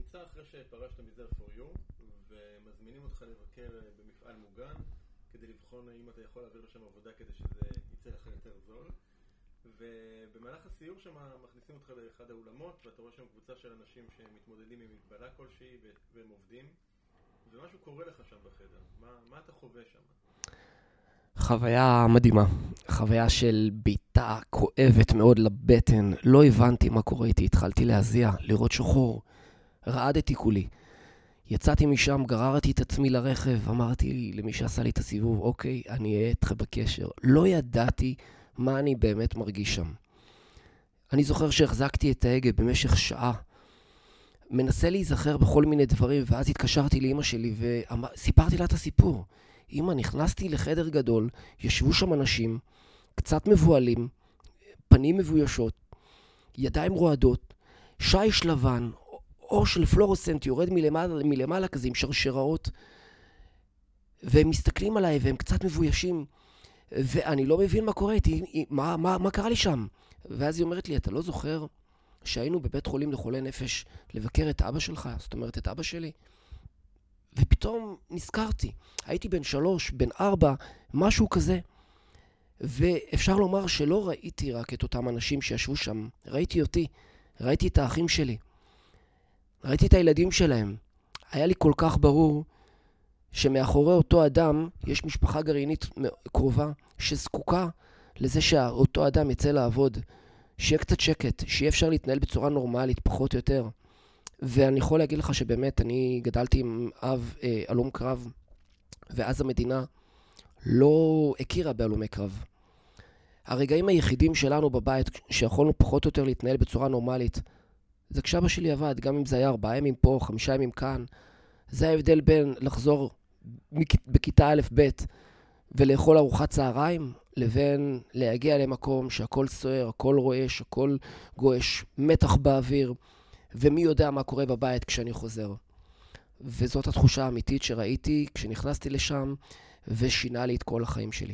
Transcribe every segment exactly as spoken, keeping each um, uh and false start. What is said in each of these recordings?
נמצא אחרי שפרשת מ-זר פור יו, ומזמינים אותך לבקר במפעל מוגן, כדי לבחון האם אתה יכול להעביר לשם עבודה כדי שזה יצא לך יותר זול. ובמהלך הסיור שם מכניסים אותך לאחד האולמות, ואתה רואה שם קבוצה של אנשים שמתמודדים עם מגבלה כלשהי והם עובדים, ומשהו קורה לך שם בחדר. מה, מה אתה חווה שם? חוויה מדהימה, חוויה של ביטה כואבת מאוד לבטן. לא הבנתי מה קורה איתי, התחלתי להזיע, לראות שחור, רעדתי כולי. יצאתי משם, גררתי את עצמי לרכב, אמרתי למי שעשה לי את הסיבוב, אוקיי, אני אהיה איתך בקשר. לא ידעתי מה אני באמת מרגיש שם. אני זוכר שהחזקתי את ההגה במשך שעה, מנסה להיזכר בכל מיני דברים, ואז התקשרתי לאמא שלי וסיפרתי לה את הסיפור. אמא, נכנסתי לחדר גדול, ישבו שם אנשים, קצת מבועלים, פנים מבוישות, ידיים רועדות, שיש לבן, אור של פלורוסנט יורד מלמעלה, מלמעלה כזה עם שרשראות, והם מסתכלים עליי והם קצת מבוישים, ואני לא מבין מה קורה איתי, מה, מה, מה קרה לי שם? ואז היא אומרת לי, אתה לא זוכר שהיינו בבית חולים לחולי נפש לבקר את אבא שלך, זאת אומרת את אבא שלי? ופתאום נזכרתי, הייתי בן שלוש, בן ארבע, משהו כזה. ואפשר לומר שלא ראיתי רק את אותם אנשים שישבו שם, ראיתי אותי, ראיתי את האחים שלי, ראיתי את הילדים שלהם. היה לי כל כך ברור שמאחורי אותו אדם יש משפחה גרעינית קרובה שזקוקה לזה שאותו אדם יצא לעבוד, שיהיה קצת שקט, שיהיה אפשר להתנהל בצורה נורמלית, פחות או יותר. ואני יכול להגיד לך שבאמת אני גדלתי עם אב אה, אלום קרב, ואז המדינה לא הכירה בהלומי קרב. הרגעים היחידים שלנו בבית שיכולנו פחות או יותר להתנהל בצורה נורמלית, זה כשאבא שלי עבד, גם אם זה היה ארבעה ימים פה, חמישה ימים כאן. זה ההבדל בין לחזור בכיתה א' ב' ולאכול ארוחת צהריים, לבין להגיע למקום שהכל סוער, הכל רועש, הכל גועש, מתח באוויר, ומי יודע מה קורה בבית כשאני חוזר. וזאת התחושה האמיתית שראיתי כשנכנסתי לשם, ושינה לי את כל החיים שלי.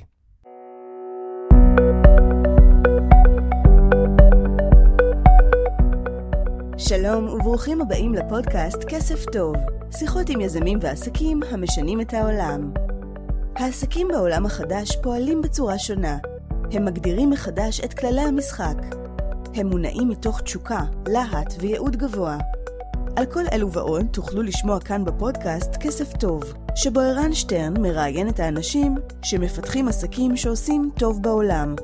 שלום וברוכים הבאים לפודקאסט כסף טוב, שיחות עם יזמים ועסקים המשנים את העולם. העסקים בעולם החדש פועלים בצורה שונה. הם מגדירים מחדש את כללי המשחק. הם מונעים מתוך תשוקה, להט וייעוד גבוה. על כל אלו ועוד תוכלו לשמוע כאן בפודקאסט כסף טוב, שבו ערן שטרן מראיין את האנשים שמפתחים עסקים שעושים טוב בעולם.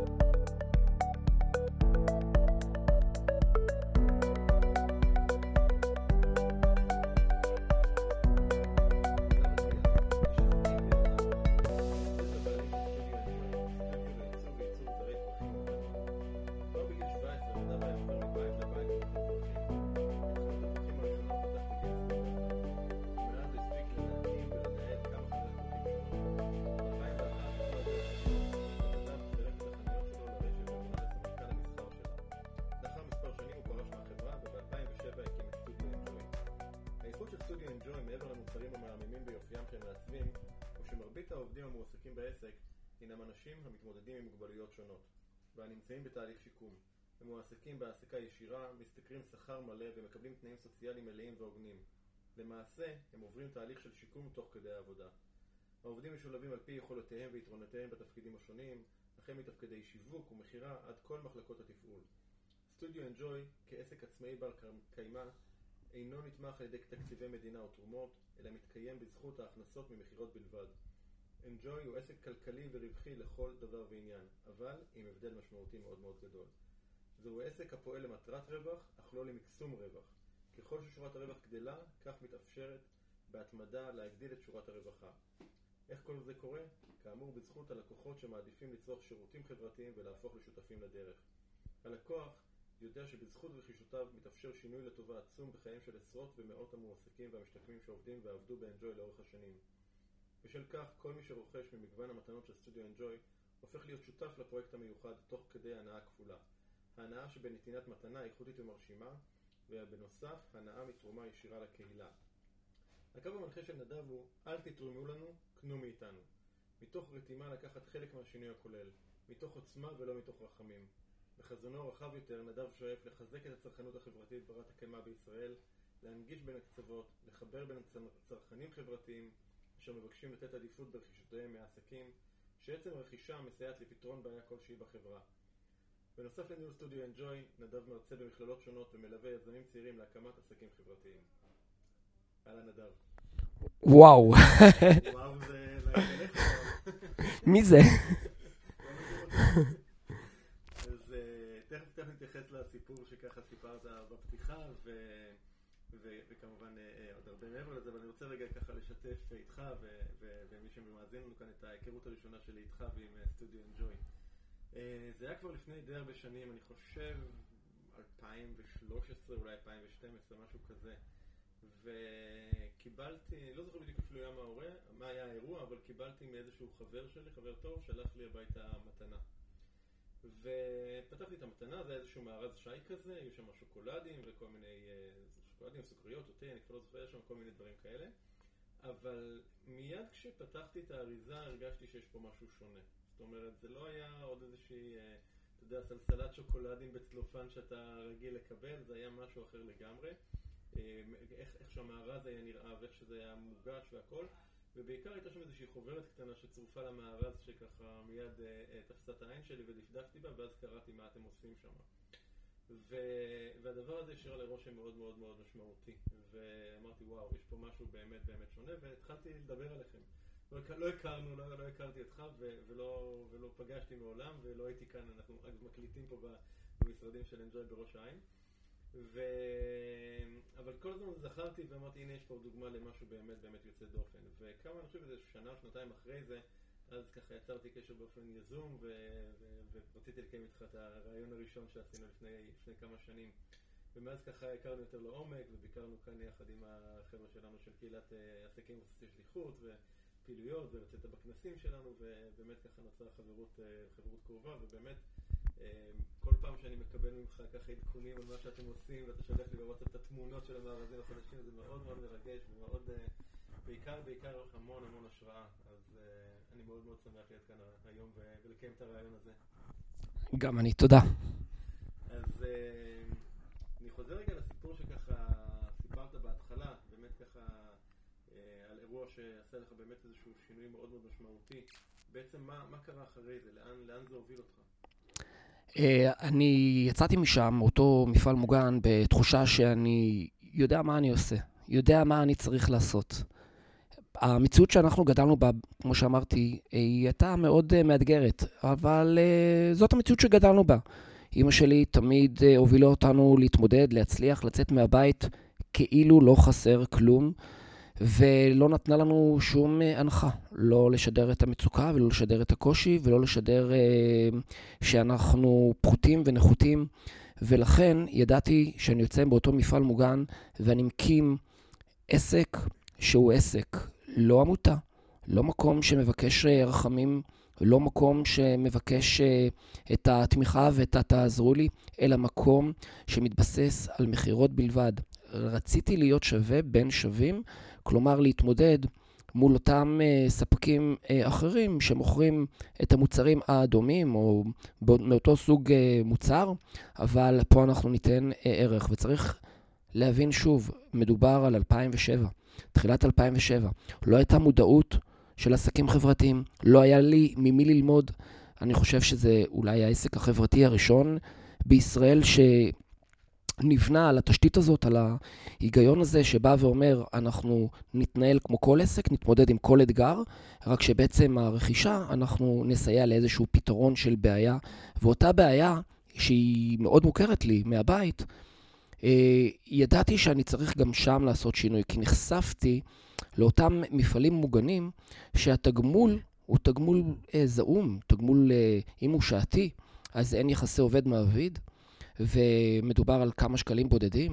העובדים המועסקים בעסק הינם אנשים המתמודדים עם מוגבלויות שונות והנמצאים בתהליך שיקום. הם מועסקים בהעסקה ישירה, משתכרים שכר מלא ומקבלים תנאים סוציאליים מלאים והוגנים. למעשה, הם עוברים תהליך של שיקום תוך כדי העבודה. העובדים משולבים על פי יכולותיהם ויתרונותיהם בתפקידים השונים, החל מתפקידי שיווק ומחירה עד כל מחלקות התפעול. סטודיו אנג'וי, כעסק עצמאי בעל קיימה, אינו נתמך על ידי תקציבי מדינה או תרומות, אלא מתקיים בזכות ההכנסות ממחירות בלבד. אנג'וי הוא עסק כלכלי ורווחי לכל דבר ועניין, אבל עם הבדל משמעותי מאוד מאוד גדול. זהו עסק הפועל למטרת רווח, אך לא למקסום רווח. ככל ששורת הרווח גדלה, כך מתאפשרת בהתמדה להגדיל את שורת הרווחה. איך כל זה קורה? כאמור, בזכות הלקוחות שמעדיפים לצרוך שירותים חברתיים ולהפוך לשותפים לדרך. הלקוח יודע שבזכות רכישותיו מתאפשר שינוי לטובה עצום בחיים של עשרות ומאות המועסקים והמשתקמים שעובדים ועבדו באנג'וי לאורך השנים. בשל כך, כל מי שרוכש ממגוון המתנות של סטודיו אנג'וי הופך להיות שותף לפרויקט המיוחד תוך כדי הנאה כפולה. ההנאה שבנתינת מתנה איכותית ומרשימה, ובנוסף, הנאה מתרומה ישירה לקהילה. הקו המנחה של נדב הוא, אל תתרמו לנו, קנו מאיתנו. מתוך רתימה לקחת חלק מהשינוי הכולל, מתוך עוצמה ולא מתוך רחמים. בחזונו רחב יותר, נדב שואף לחזק את הצרכנות החברתית ברת הקיימה בישראל, להנגיש בין הקצוות, לחבר בין צרכנים חברתיים אשר מבקשים לתת עדיפות ברכישותיהם מהעסקים, שעצם הרכישה מסייעת לפתרון בעיה כלשהי בחברה. בנוסף לניהול סטודיו אנג'וי, נדב מרצה במכללות שונות ומלווה יזמים צעירים להקמת עסקים חברתיים. הלאה נדב. וואו. וואו זה להיכנס כבר. מי זה? אז תכף תכף נתייחס לסיפור שככה סיפרת בפתיחה, וכמובן עוד הרבה מעבר לזה, אבל אני רוצה רגע ככה לשתף איתך ומי שמאזין לנו כאן את ההיכרות הראשונה שלי איתך ועם סטודיו אנג'וי. זה היה כבר לפני די הרבה שנים, אני חושב אלפיים ושלוש עשרה, אולי אלפיים ושתים עשרה, משהו כזה. וקיבלתי, לא זוכר בדיוק אפילו היה מההורה, מה היה האירוע, אבל קיבלתי מאיזשהו חבר שלי, חבר טוב, שלח לי הביתה מתנה. ופתחתי את המתנה, זה היה איזשהו מארז שי כזה, היו שם שוקולדים וכל מיני, שוקולדים, סוכריות, אותי, אני כבר לא זוכר, שם כל מיני דברים כאלה. אבל מיד כשפתחתי את האריזה הרגשתי שיש פה משהו שונה. זאת אומרת, זה לא היה עוד איזושהי, אתה יודע, סלסלת שוקולדים בצלופן שאתה רגיל לקבל, זה היה משהו אחר לגמרי. איך, איך שהמארז היה נראה ואיך שזה היה מוגש והכל, ובעיקר הייתה שם איזושהי חוברת קטנה שצורפה למארז שככה מיד אה, תפסה את העין שלי ודפדפתי בה, ואז קראתי מה אתם עושים שם. ו... והדבר הזה השאיר לי רושם מאוד מאוד מאוד משמעותי, ואמרתי וואו, יש פה משהו באמת באמת שונה, והתחלתי לדבר עליכם. לא, לא הכרנו, לא, לא הכרתי אותך ו... ולא, ולא פגשתי מעולם, ולא הייתי כאן, אנחנו מקליטים פה במשרדים של אנג'וי בראש העין. ו... אבל כל הזמן זכרתי ואמרתי, הנה יש פה דוגמה למשהו באמת באמת יוצא דופן. וכמה אני חושב איזה שנה, שנתיים אחרי זה, אז ככה יצרתי קשר באופן יזום ו... ו... ורציתי לקיים איתך את הרעיון הראשון שעשינו לפני, לפני כמה שנים. ומאז ככה הכרנו יותר לעומק וביקרנו כאן יחד עם החבר'ה שלנו של קהילת עסקים ועשי שליחות ופעילויות, ויוצאת בכנסים שלנו, ובאמת ככה נוצרה חברות, חברות קרובה, ובאמת כל פעם שאני מקבל ממך ככה עדכונים על מה שאתם עושים ואתה שולח לי בוואטסאפ את התמונות של המארזים החדשים, זה מאוד מאוד מרגש ומאוד, בעיקר בעיקר המון המון השראה. אז אני מאוד מאוד שמח להיות כאן היום ולקיים את הרעיון הזה. גם אני, תודה. אז אני חוזר רגע לסיפור שככה סיפרת בהתחלה, באמת ככה על אירוע שעשה לך באמת איזשהו שינוי מאוד מאוד משמעותי. בעצם מה, מה קרה אחרי זה? לאן, לאן זה הוביל אותך? אני יצאתי משם, אותו מפעל מוגן, בתחושה שאני יודע מה אני עושה, יודע מה אני צריך לעשות. המציאות שאנחנו גדלנו בה, כמו שאמרתי, היא הייתה מאוד מאתגרת, אבל זאת המציאות שגדלנו בה. אמא שלי תמיד הובילה אותנו להתמודד, להצליח, לצאת מהבית, כאילו לא חסר כלום, ולא נתנה לנו שום הנחה, לא לשדר את המצוקה ולא לשדר את הקושי ולא לשדר אה, שאנחנו פחותים ונחותים, ולכן ידעתי שאני יוצא באותו מפעל מוגן ואני מקים עסק שהוא עסק, לא עמותה, לא מקום שמבקש רחמים, לא מקום שמבקש את התמיכה ואת התעזרו לי, אלא מקום שמתבסס על מחירות בלבד. רציתי להיות שווה בין שווים, כלומר להתמודד מול אותם uh, ספקים uh, אחרים שמוכרים את המוצרים הדומים או מאותו סוג uh, מוצר, אבל פה אנחנו ניתן uh, ערך, וצריך להבין שוב, מדובר על אלפיים ושבע, תחילת אלפיים ושבע, לא הייתה מודעות של עסקים חברתיים, לא היה לי ממי ללמוד. אני חושב שזה אולי העסק החברתי הראשון בישראל ש... נבנה על התשתית הזאת, על ההיגיון הזה שבא ואומר, אנחנו נתנהל כמו כל עסק, נתמודד עם כל אתגר, רק שבעצם הרכישה, אנחנו נסייע לאיזשהו פתרון של בעיה, ואותה בעיה שהיא מאוד מוכרת לי מהבית, ידעתי שאני צריך גם שם לעשות שינוי, כי נחשפתי לאותם מפעלים מוגנים, שהתגמול הוא תגמול זעום, תגמול אם הוא שעתי, אז אין יחסי עובד מעביד, ומדובר על כמה שקלים בודדים.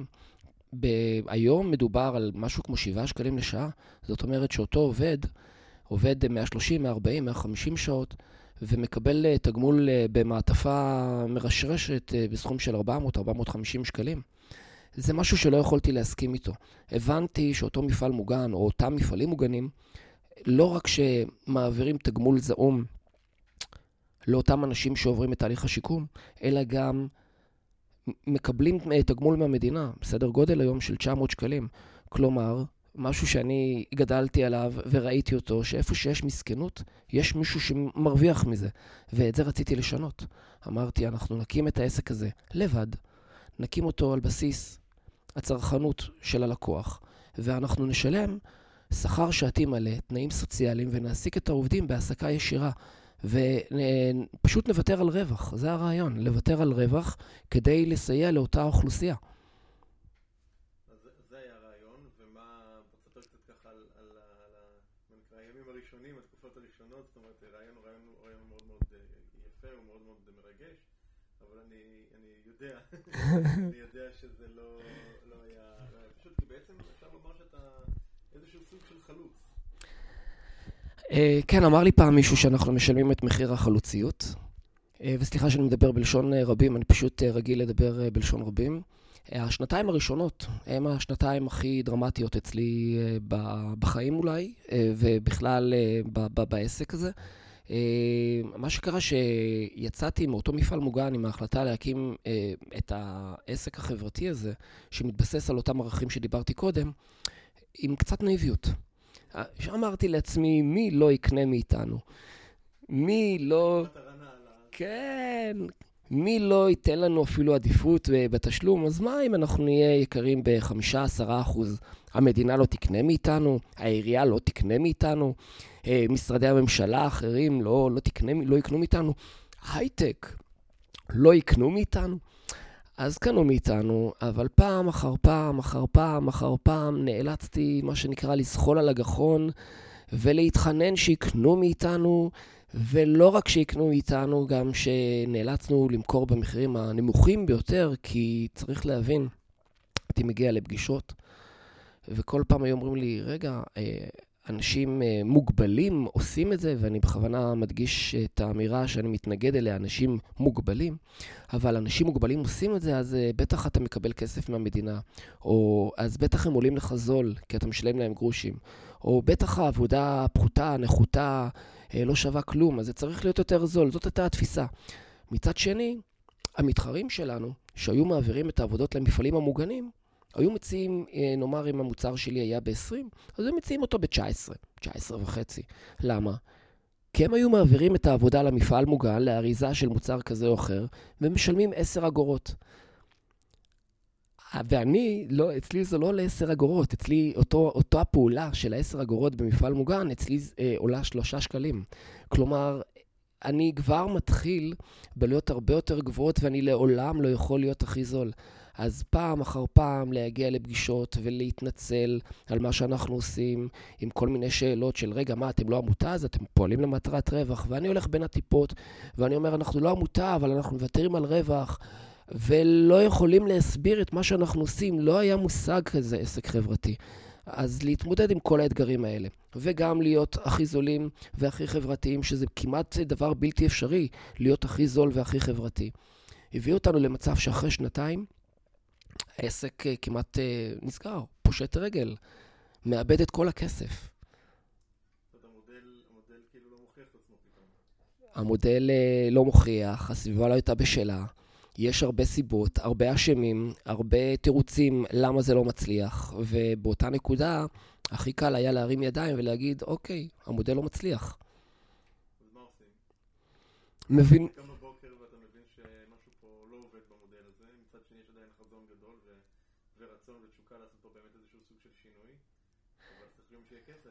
היום מדובר על משהו כמו שבעה שקלים לשעה. זאת אומרת שאותו עובד, עובד מאה שלושים, מאה ארבעים, מאה חמישים שעות, ומקבל תגמול במעטפה מרשרשת בסכום של ארבע מאות עד ארבע מאות וחמישים שקלים. זה משהו שלא יכולתי להסכים איתו. הבנתי שאותו מפעל מוגן, או אותם מפעלים מוגנים, לא רק שמעבירים תגמול זעום לאותם אנשים שעוברים את תהליך השיקום, אלא גם מקבלים תגמול מהמדינה, בסדר גודל היום של תשע מאות שקלים. כלומר, משהו שאני גדלתי עליו וראיתי אותו, שאיפה שיש מסכנות, יש מישהו שמרוויח מזה. ואת זה רציתי לשנות. אמרתי, אנחנו נקים את העסק הזה לבד, נקים אותו על בסיס הצרכנות של הלקוח, ואנחנו נשלם שכר שעתי מלא, תנאים סוציאליים, ונעסיק את העובדים בהעסקה ישירה. ופשוט נוותר על רווח. זה הרעיון, לוותר על רווח כדי לסייע לאותה אוכלוסייה. אז זה היה הרעיון, ומה, בצטר קצת ככה על, על, על, על הימים הראשונים, התקופות הראשונות, זאת אומרת, הרעיון הוא רעיון, רעיון מאוד מאוד יפה, הוא מאוד מאוד מרגש, אבל אני, אני יודע, אני יודע שזה לא, לא היה, לא היה פשוט, כי בעצם אפשר לומר שאתה איזשהו סוג של חלוץ. כן, אמר לי פעם מישהו שאנחנו משלמים את מחיר החלוציות, וסליחה שאני מדבר בלשון רבים, אני פשוט רגיל לדבר בלשון רבים. השנתיים הראשונות הם השנתיים הכי דרמטיות אצלי בחיים אולי, ובכלל בעסק הזה. מה שקרה שיצאתי מאותו מפעל מוגן עם ההחלטה להקים את העסק החברתי הזה, שמתבסס על אותם ערכים שדיברתי קודם, עם קצת נאיביות. שאמרתי לעצמי, מי לא יקנה מאיתנו? מי לא... כן, מי לא ייתן לנו אפילו עדיפות בתשלום? אז מה אם אנחנו נהיה יקרים ב-חמישה עד עשרה אחוז? המדינה לא תקנה מאיתנו, העירייה לא תקנה מאיתנו, משרדי הממשלה האחרים לא, לא, תקנה, לא יקנו מאיתנו, הייטק לא יקנו מאיתנו. אז קנו מאיתנו, אבל פעם אחר פעם, אחר פעם, אחר פעם, נאלצתי, מה שנקרא, לסחול על הגחון, ולהתחנן שיקנו מאיתנו, ולא רק שיקנו מאיתנו, גם שנאלצנו למכור במחירים הנמוכים ביותר, כי צריך להבין, הייתי מגיע לפגישות, וכל פעם היו אומרים לי, רגע, אנשים מוגבלים עושים את זה, ואני בכוונה מדגיש את האמירה שאני מתנגד אליה, אנשים מוגבלים, אבל אנשים מוגבלים עושים את זה, אז בטח אתה מקבל כסף מהמדינה, או אז בטח הם עולים לך זול, כי אתה משלם להם גרושים, או בטח העבודה פחותה, נחותה, לא שווה כלום, אז זה צריך להיות יותר זול, זאת הייתה התפיסה. מצד שני, המתחרים שלנו, שהיו מעבירים את העבודות למפעלים המוגנים, היו מציעים, נאמר אם המוצר שלי היה ב-עשרים, אז הם מציעים אותו ב-תשע עשרה, תשע עשרה וחצי. למה? כי הם היו מעבירים את העבודה למפעל מוגן, לאריזה של מוצר כזה או אחר, ומשלמים עשר אגורות. ואני, לא, אצלי זה לא לעשר אגורות, אצלי אותו, אותו הפעולה של העשר אגורות במפעל מוגן, אצלי אה, עולה שלושה שקלים. כלומר, אני כבר מתחיל בלהיות הרבה יותר גבוהות, ואני לעולם לא יכול להיות הכי זול. אז פעם אחר פעם להגיע לפגישות ולהתנצל על מה שאנחנו עושים, עם כל מיני שאלות של רגע, מה, אתם לא עמותה, אז אתם פועלים למטרת רווח, ואני הולך בין הטיפות, ואני אומר, אנחנו לא עמותה, אבל אנחנו מוותרים על רווח, ולא יכולים להסביר את מה שאנחנו עושים, לא היה מושג כזה עסק חברתי. אז להתמודד עם כל האתגרים האלה, וגם להיות הכי זולים והכי חברתיים, שזה כמעט דבר בלתי אפשרי, להיות הכי זול והכי חברתי. הביא אותנו למצב שאחרי שנתיים, העסק כמעט נסגר, פושט רגל, מאבד את כל הכסף. המודל, המודל כאילו לא מוכיח את עצמו פתאום. המודל לא מוכיח, הסביבה לא הייתה בשלה. יש הרבה סיבות, הרבה אשמים, הרבה תירוצים למה זה לא מצליח, ובאותה נקודה הכי קל היה להרים ידיים ולהגיד, אוקיי, המודל לא מצליח. אז מה עושים? מבין... קם בבוקר ואתה מבין שמשהו פה לא עובד במודל הזה, מצד שני יש עדיין חזון גדול ו- ורצון ותשוקה לעשות פה באמת איזשהו סוג של שינוי, אבל צריך גם שיהיה כסף.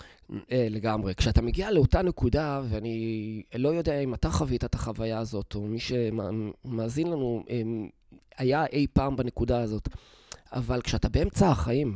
לגמרי. כשאתה מגיע לאותה נקודה, ואני לא יודע אם אתה חווית את החוויה הזאת, או מי שמאזין לנו היה אי פעם בנקודה הזאת, אבל כשאתה באמצע החיים,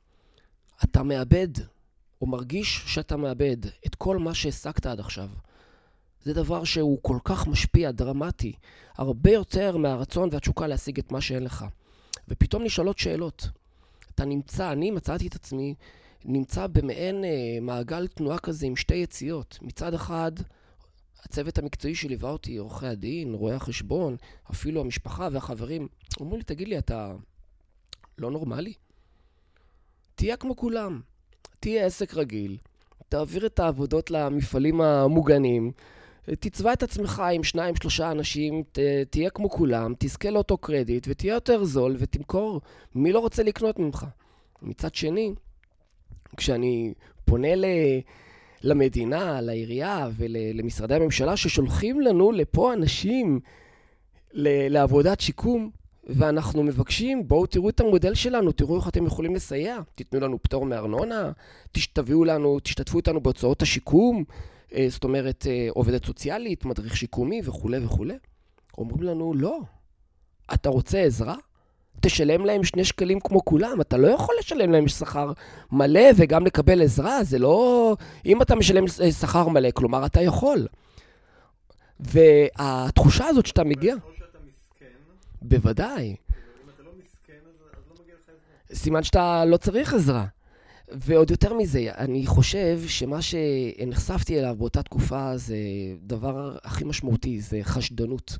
אתה מאבד, או מרגיש שאתה מאבד את כל מה שהעסקת עד עכשיו. זה דבר שהוא כל כך משפיע, דרמטי, הרבה יותר מהרצון והתשוקה להשיג את מה שאין לך. ופתאום נשאלות שאלות. אתה נמצא, אני מצאתי את עצמי, נמצא במעין אה, מעגל תנועה כזה עם שתי יציאות. מצד אחד, הצוות המקצועי שליווה אותי, עורכי הדין, רואי החשבון, אפילו המשפחה והחברים, אמרו לי, תגיד לי, אתה לא נורמלי? תהיה כמו כולם. תהיה עסק רגיל, תעביר את העבודות למפעלים המוגנים, תצבע את עצמך עם שניים, שלושה אנשים, ת, תהיה כמו כולם, תזכה לאותו קרדיט ותהיה יותר זול ותמכור. מי לא רוצה לקנות ממך? מצד שני, כשאני פונה ל... למדינה, לעירייה ולמשרדי הממשלה ששולחים לנו לפה אנשים לעבודת שיקום, ואנחנו מבקשים, בואו תראו את המודל שלנו, תראו איך אתם יכולים לסייע, תיתנו לנו פטור מארנונה, תשתתפו לנו, תשתתפו איתנו בהוצאות השיקום, זאת אומרת, עובדת סוציאלית, מדריך שיקומי וכו' וכו'. אומרים לנו, לא, אתה רוצה עזרה? תשלם להם שני שקלים כמו כולם, אתה לא יכול לשלם להם שכר מלא וגם לקבל עזרה, זה לא... אם אתה משלם שכר מלא, כלומר אתה יכול. והתחושה הזאת שאתה מגיע... או שאתה מסכן. בוודאי. אם אתה לא מסכן, אז לא מגיע לך עזרה. סימן שאתה לא צריך עזרה. ועוד יותר מזה, אני חושב שמה שנחשפתי אליו באותה תקופה זה דבר הכי משמעותי, זה חשדנות.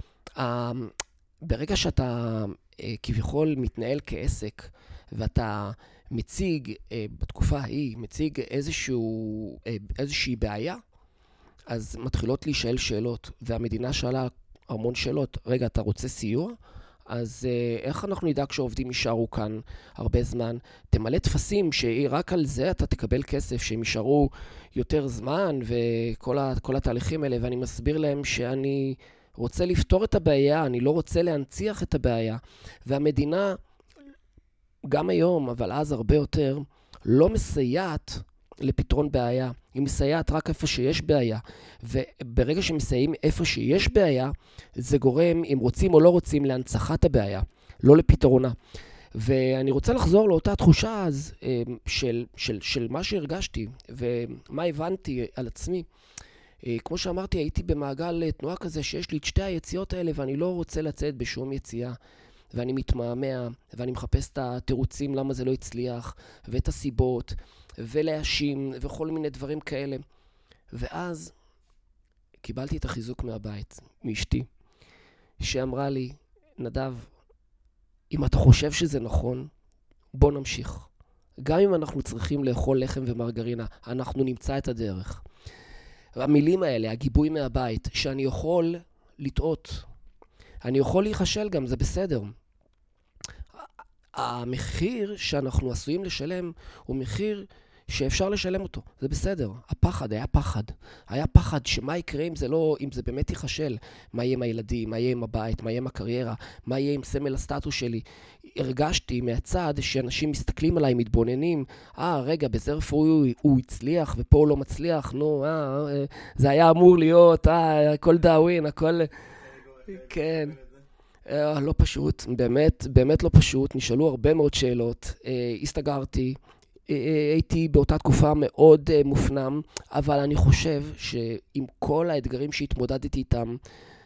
ברגע שאתה כביכול מתנהל כעסק, ואתה מציג, בתקופה ההיא, מציג איזשהו, איזושהי בעיה, אז מתחילות להישאל שאלות, והמדינה שאלה המון שאלות. רגע, אתה רוצה סיוע? אז איך אנחנו נדאג שעובדים יישארו כאן הרבה זמן? תמלא תפסים שרק על זה אתה תקבל כסף, שהם יישארו יותר זמן וכל ה, כל התהליכים האלה, ואני מסביר להם שאני רוצה לפתור את הבעיה, אני לא רוצה להנציח את הבעיה. והמדינה, גם היום, אבל אז הרבה יותר, לא מסייעת לפתרון בעיה. היא מסייעת רק איפה שיש בעיה. וברגע שמסייעים איפה שיש בעיה, זה גורם, אם רוצים או לא רוצים, להנצחת הבעיה, לא לפתרונה. ואני רוצה לחזור לאותה תחושה אז של, של, של מה שהרגשתי ומה הבנתי על עצמי. כמו שאמרתי, הייתי במעגל תנועה כזה שיש לי את שתי היציאות האלה ואני לא רוצה לצאת בשום יציאה. ואני מתמהמה ואני מחפש את התירוצים למה זה לא הצליח ואת הסיבות ולהאשים וכל מיני דברים כאלה. ואז קיבלתי את החיזוק מהבית, מאשתי, שאמרה לי, נדב, אם אתה חושב שזה נכון, בוא נמשיך. גם אם אנחנו צריכים לאכול לחם ומרגרינה, אנחנו נמצא את הדרך. והמילים האלה, הגיבוי מהבית, שאני יכול לטעות, אני יכול להיחשל גם, זה בסדר. המחיר שאנחנו עשויים לשלם הוא מחיר שאפשר לשלם אותו, זה בסדר. הפחד, היה פחד. היה פחד שמה יקרה אם זה לא, אם זה באמת ייחשל. מה יהיה עם הילדים, מה יהיה עם הבית, מה יהיה עם הקריירה, מה יהיה עם סמל הסטטוס שלי. הרגשתי מהצד שאנשים מסתכלים עליי, מתבוננים, אה, רגע, בזה רפואי הוא, הוא הצליח ופה הוא לא מצליח, נו, אה, זה היה אמור להיות, אה, הכל דאווין, הכל... כן. אה, לא פשוט, באמת, באמת לא פשוט. נשאלו הרבה מאוד שאלות, אה, הסתגרתי, הייתי באותה תקופה מאוד מופנם, אבל אני חושב שעם כל האתגרים שהתמודדתי איתם,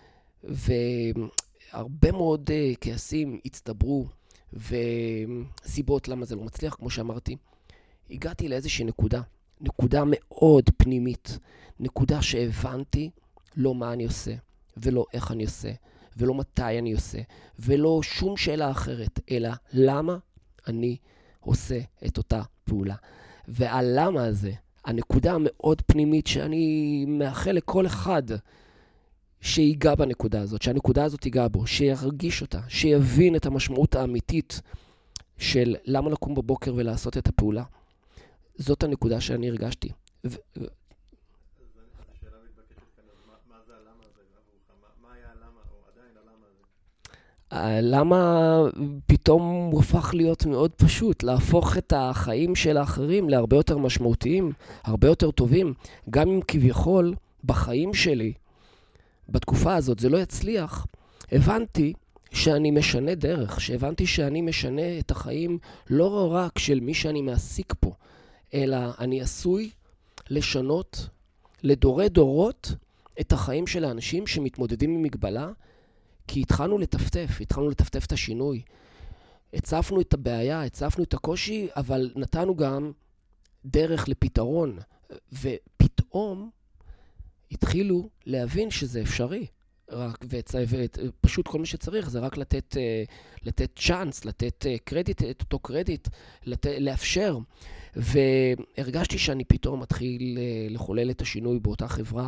והרבה מאוד כעסים הצטברו, וסיבות למה זה לא מצליח, כמו שאמרתי, הגעתי לאיזושהי נקודה, נקודה מאוד פנימית, נקודה שהבנתי לא מה אני עושה, ולא איך אני עושה, ולא מתי אני עושה, ולא שום שאלה אחרת, אלא למה אני עושה את אותה פעולה. והלמה הזה, הנקודה המאוד פנימית שאני מאחל לכל אחד שיגע בנקודה הזאת, שהנקודה הזאת ייגע בו, שירגיש אותה, שיבין את המשמעות האמיתית של למה לקום בבוקר ולעשות את הפעולה. זאת הנקודה שאני הרגשתי. ו... השאלה מתבקשת כאן, מה זה הלמה הזה? מה היה הלמה, או עדיין הלמה הזה? למה פתאום הוא הפך להיות מאוד פשוט, להפוך את החיים של האחרים להרבה יותר משמעותיים, הרבה יותר טובים, גם אם כביכול בחיים שלי, בתקופה הזאת זה לא יצליח, הבנתי שאני משנה דרך, שהבנתי שאני משנה את החיים לא רק של מי שאני מעסיק פה, אלא אני עשוי לשנות לדורי דורות את החיים של האנשים שמתמודדים עם מגבלה, כי התחלנו לטפטף, התחלנו לטפטף את השינוי. הצפנו את הבעיה, הצפנו את הקושי, אבל נתנו גם דרך לפתרון. ופתאום התחילו להבין שזה אפשרי. רק, ופשוט כל מה שצריך זה רק לתת, לתת צ'אנס, לתת קרדיט, את אותו קרדיט, לת, לאפשר. והרגשתי שאני פתאום מתחיל לחולל את השינוי באותה חברה.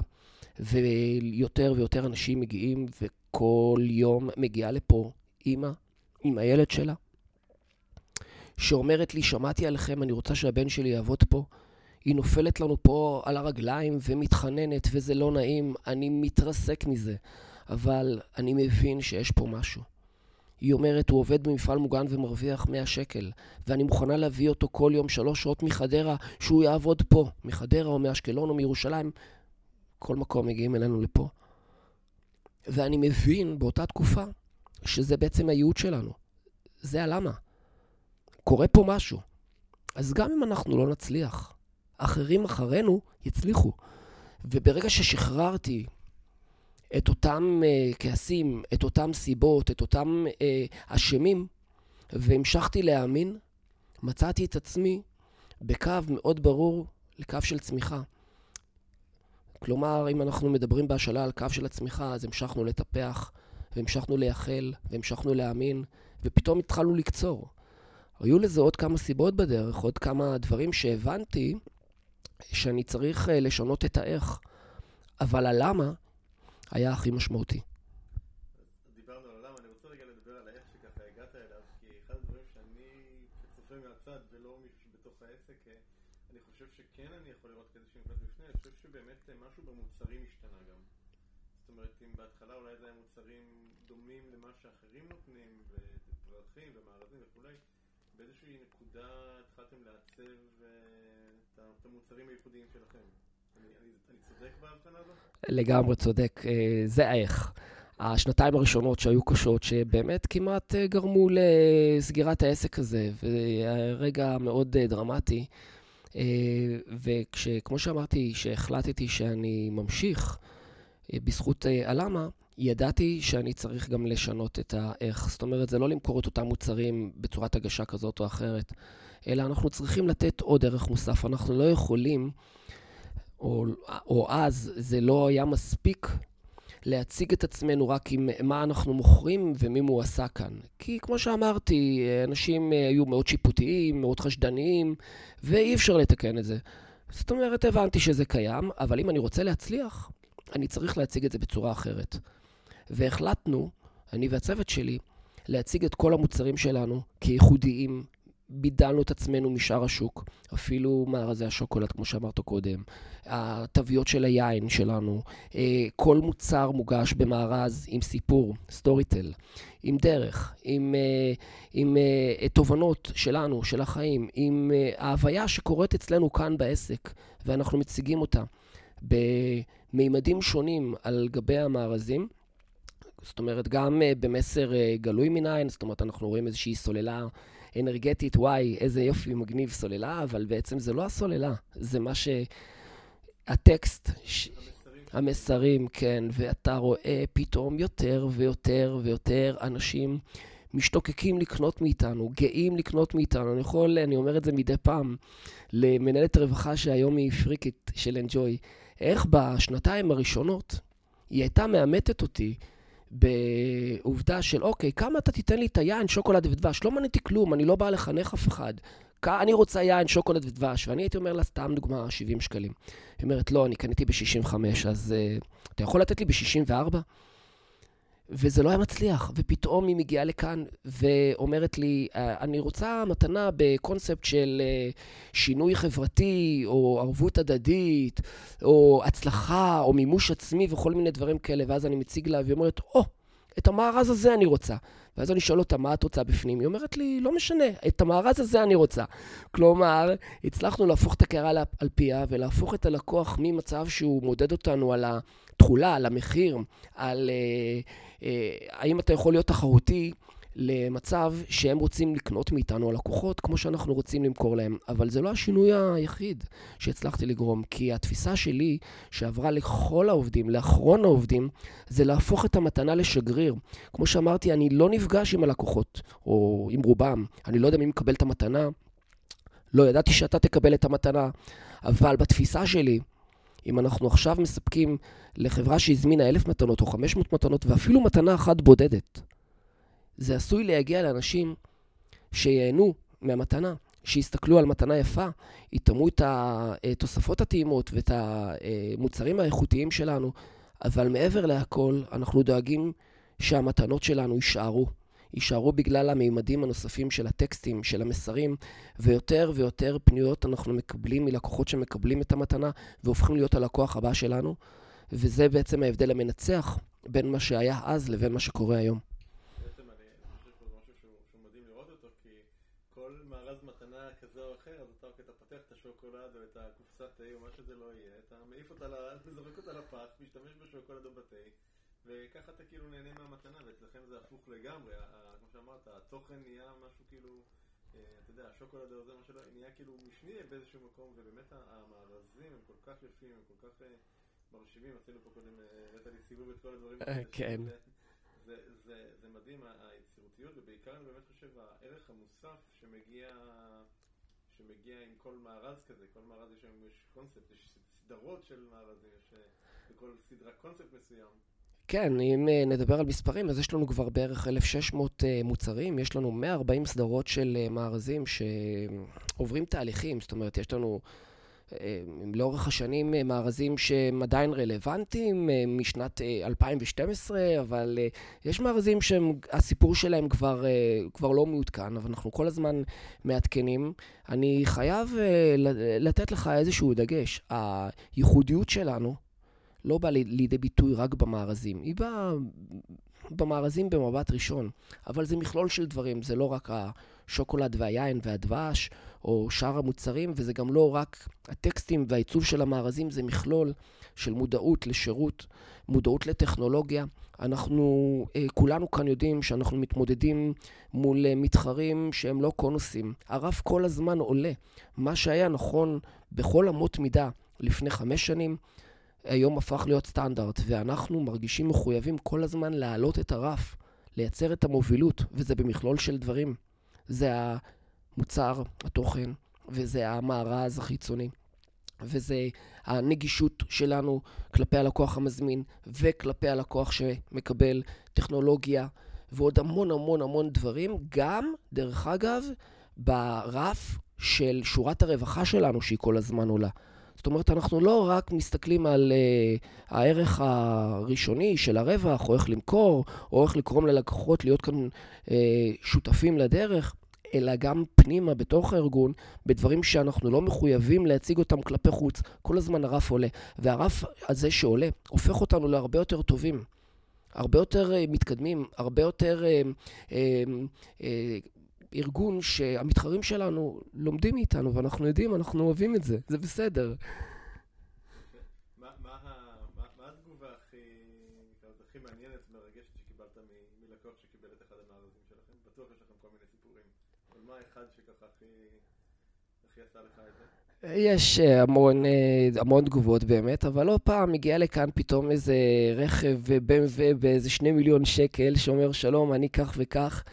ויותר ויותר אנשים מגיעים, וכל יום מגיעה לפה אמא עם הילד שלה, שאומרת לי, שמעתי עליכם, אני רוצה שהבן שלי יעבוד פה. היא נופלת לנו פה על הרגליים ומתחננת, וזה לא נעים, אני מתרסק מזה, אבל אני מבין שיש פה משהו. היא אומרת, הוא עובד במפעל מוגן ומרוויח מאה שקל, ואני מוכנה להביא אותו כל יום שלוש שעות מחדרה, שהוא יעבוד פה, מחדרה או מאשקלון או מירושלים, כל מקום מגיעים אלינו לפה. ואני מבין באותה תקופה, שזה בעצם הייעוד שלנו. זה הלמה. קורה פה משהו. אז גם אם אנחנו לא נצליח, אחרים אחרינו יצליחו. וברגע ששחררתי את אותם uh, כעסים, את אותם סיבות, את אותם uh, אשמים, והמשכתי להאמין, מצאתי את עצמי בקו מאוד ברור לקו של צמיחה. כלומר, אם אנחנו מדברים בהשאלה על קו של הצמיחה, אז המשכנו לטפח, והמשכנו לייחל, והמשכנו להאמין, ופתאום התחלנו לקצור. היו לזה עוד כמה סיבות בדרך, עוד כמה דברים שהבנתי שאני צריך uh, לשנות את האיך, אבל הלמה היה הכי משמעותי. דיברנו על הלמה, אני רוצה רגע לדבר על האיך שככה הגעת אליו, כי אחד הדברים שאני צופה מהצד ולא בתוך העסק, אני חושב שכן אני יכול לראות כאיזושהי נקודת מפנה, אני חושב שבאמת משהו במוצרים השתנה גם. זאת אומרת, אם בהתחלה אולי זה היה מוצרים דומים למה שאחרים נותנים, ופרחים ומארזים וכולי, באיזושהי נקודה התחלתם לעצב את המוצרים הייחודיים שלכם. אני, אני, אני צודק בהבחנה הזו? לגמרי צודק, זה האיך. השנתיים הראשונות שהיו קשות, שבאמת כמעט גרמו לסגירת העסק הזה, ורגע מאוד דרמטי. וכמו שאמרתי, שהחלטתי שאני ממשיך בזכות הלמה, ידעתי שאני צריך גם לשנות את האיך. זאת אומרת, זה לא למכור את אותם מוצרים בצורת הגשה כזאת או אחרת, אלא אנחנו צריכים לתת עוד ערך מוסף. אנחנו לא יכולים, או, או אז זה לא היה מספיק להציג את עצמנו רק עם מה אנחנו מוכרים ומי מועסק כאן. כי כמו שאמרתי, אנשים היו מאוד שיפוטיים, מאוד חשדניים, ואי אפשר לתקן את זה. זאת אומרת, הבנתי שזה קיים, אבל אם אני רוצה להצליח, אני צריך להציג את זה בצורה אחרת. והחלטנו, אני והצוות שלי, להציג את כל המוצרים שלנו כייחודיים, בידלנו את עצמנו משאר השוק, אפילו מארזי השוקולד, כמו שאמרת קודם, התוויות של היין שלנו, כל מוצר מוגש במארז עם סיפור, סטוריטל, עם דרך, עם, עם תובנות שלנו, של החיים, עם ההוויה שקורית אצלנו כאן בעסק, ואנחנו מציגים אותה במימדים שונים על גבי המארזים, זאת אומרת, גם במסר גלוי מניין, זאת אומרת, אנחנו רואים איזושהי סוללה אנרגטית, וואי, איזה יופי מגניב סוללה, אבל בעצם זה לא הסוללה, זה מה שהטקסט, ש... המסרים, המסרים, כן, ואתה רואה פתאום יותר ויותר ויותר אנשים משתוקקים לקנות מאיתנו, גאים לקנות מאיתנו. אני יכול, אני אומר את זה מדי פעם, למנהלת רווחה שהיום היא פריקית של אנג'וי, איך בשנתיים הראשונות היא הייתה מאמתת אותי, בעובדה של, אוקיי, כמה אתה תיתן לי את היין, שוקולד ודבש? לא מניתי כלום, אני לא בא לחנך אף אחד. אני רוצה יין, שוקולד ודבש, ואני הייתי אומר לה, סתם דוגמה, שבעים שקלים. היא אומרת, לא, אני קניתי ב-שישים וחמש, אז uh, אתה יכול לתת לי ב-שישים וארבע? וזה לא היה מצליח, ופתאום היא מגיעה לכאן ואומרת לי, אני רוצה מתנה בקונספט של שינוי חברתי, או ערבות הדדית, או הצלחה, או מימוש עצמי, וכל מיני דברים כאלה, ואז אני מציג לה, והיא אומרת, או, את המארז הזה אני רוצה. ואז אני שואל אותה, מה את רוצה בפנים? היא אומרת לי, לא משנה, את המארז הזה אני רוצה. כלומר, הצלחנו להפוך את הקערה על פיה, ולהפוך את הלקוח ממצב שהוא מודד אותנו על התחולה, על המחיר, על אה, אה, האם אתה יכול להיות תחרותי, למצב שהם רוצים לקנות מאיתנו הלקוחות, כמו שאנחנו רוצים למכור להם. אבל זה לא השינוי היחיד שהצלחתי לגרום, כי התפיסה שלי שעברה לכל העובדים, לאחרון העובדים, זה להפוך את המתנה לשגריר. כמו שאמרתי, אני לא נפגש עם הלקוחות, או עם רובם. אני לא יודע מי מקבל את המתנה. לא ידעתי שאתה תקבל את המתנה. אבל בתפיסה שלי, אם אנחנו עכשיו מספקים לחברה שהזמינה אלף מתנות או חמש מאות מתנות, ואפילו מתנה אחת בודדת, זה עשוי להגיע לאנשים שיהנו מהמתנה, שיסתכלו על מתנה יפה, יתאמו את התוספות הטעימות ואת המוצרים האיכותיים שלנו, אבל מעבר להכל, אנחנו דואגים שהמתנות שלנו יישארו. יישארו בגלל המימדים הנוספים של הטקסטים, של המסרים, ויותר ויותר פניות אנחנו מקבלים מלקוחות שמקבלים את המתנה, והופכים להיות הלקוח הבא שלנו, וזה בעצם ההבדל המנצח בין מה שהיה אז לבין מה שקורה היום. בעצם אני חושב שזה משהו שהוא מדהים לראות אותו, כי כל מארז מתנה כזה או אחר, אז אתה אתה פותח את השוקולד או את הקופסת תה או מה שזה לא יהיה, אתה מעיף אותה, זורק אותה לפח, משתמש בשוקולד או בתה, וככה אתה כאילו נהנה מהמתנה, ואצלכם זה הפוך לגמרי, כמו שאמרת, התוכן נהיה משהו כאילו, אתה יודע, השוקולד או זה מה שלא, נהיה כאילו משני באיזשהו מקום, ובאמת המארזים הם כל כך יפים, הם כל כך מרשימים, עשינו פה קודם, ראית לי סיבוב את כל הדברים. כן. זה מדהים, היצירותיות, ובעיקר אני באמת חושב, הערך המוסף שמגיע, שמגיע עם כל מארז כזה, כל מארז יש שם קונספט, יש סדרות של מארזים, יש בכל סדרה קונספט מסוים. כן, אם נדבר על מספרים, אז יש לנו כבר בערך אלף ושש מאות מוצרים, יש לנו מאה וארבעים סדרות של מארזים שעוברים תהליכים, זאת אומרת, יש לנו לאורך השנים מארזים שהם עדיין רלוונטיים משנת אלפיים ושתים עשרה, אבל יש מארזים שהסיפור שלהם כבר, כבר לא מעודכן, אבל אנחנו כל הזמן מעדכנים. אני חייב לתת לך איזשהו דגש. הייחודיות שלנו לא באה לידי ביטוי רק במארזים, היא באה במארזים במבט ראשון, אבל זה מכלול של דברים, זה לא רק השוקולד והיין והדבש או שאר המוצרים, וזה גם לא רק הטקסטים והעיצוב של המארזים, זה מכלול של מודעות לשירות, מודעות לטכנולוגיה. אנחנו כולנו כאן יודעים שאנחנו מתמודדים מול מתחרים שהם לא קונוסים. הרף כל הזמן עולה. מה שהיה נכון בכל אמות מידה לפני חמש שנים, היום הפך להיות סטנדרט, ואנחנו מרגישים מחויבים כל הזמן להעלות את הרף, לייצר את המובילות, וזה במכלול של דברים. זה המוצר, התוכן, וזה המארז החיצוני, וזה הנגישות שלנו כלפי הלקוח המזמין, וכלפי הלקוח שמקבל טכנולוגיה, ועוד המון המון המון דברים, גם, דרך אגב, ברף של שורת הרווחה שלנו, שהיא כל הזמן עולה. זאת אומרת, אנחנו לא רק מסתכלים על uh, הערך הראשוני של הרווח, או איך למכור, או איך לקרום ללקוחות להיות כאן uh, שותפים לדרך, אלא גם פנימה בתוך הארגון, בדברים שאנחנו לא מחויבים להציג אותם כלפי חוץ. כל הזמן הרף עולה, והרף הזה שעולה הופך אותנו להרבה יותר טובים, הרבה יותר uh, מתקדמים, הרבה יותר Uh, uh, uh, ארגון שהמתחרים שלנו לומדים מאיתנו, ואנחנו יודעים, אנחנו אוהבים את זה, זה בסדר. מה התגובה הכי מעניינת, מרגשת שקיבלת מלקוח שקיבל את אחד המארזים שלכם? בטוח יש לכם כל מיני סיפורים, אבל מה אחד שככה הכי עשה לך את זה? יש המון, המון תגובות באמת, אבל לא פעם מגיע לכאן פתאום איזה רכב ב אם דאבליו באיזה שני מיליון שקל, שאומר שלום, אני כך וכך.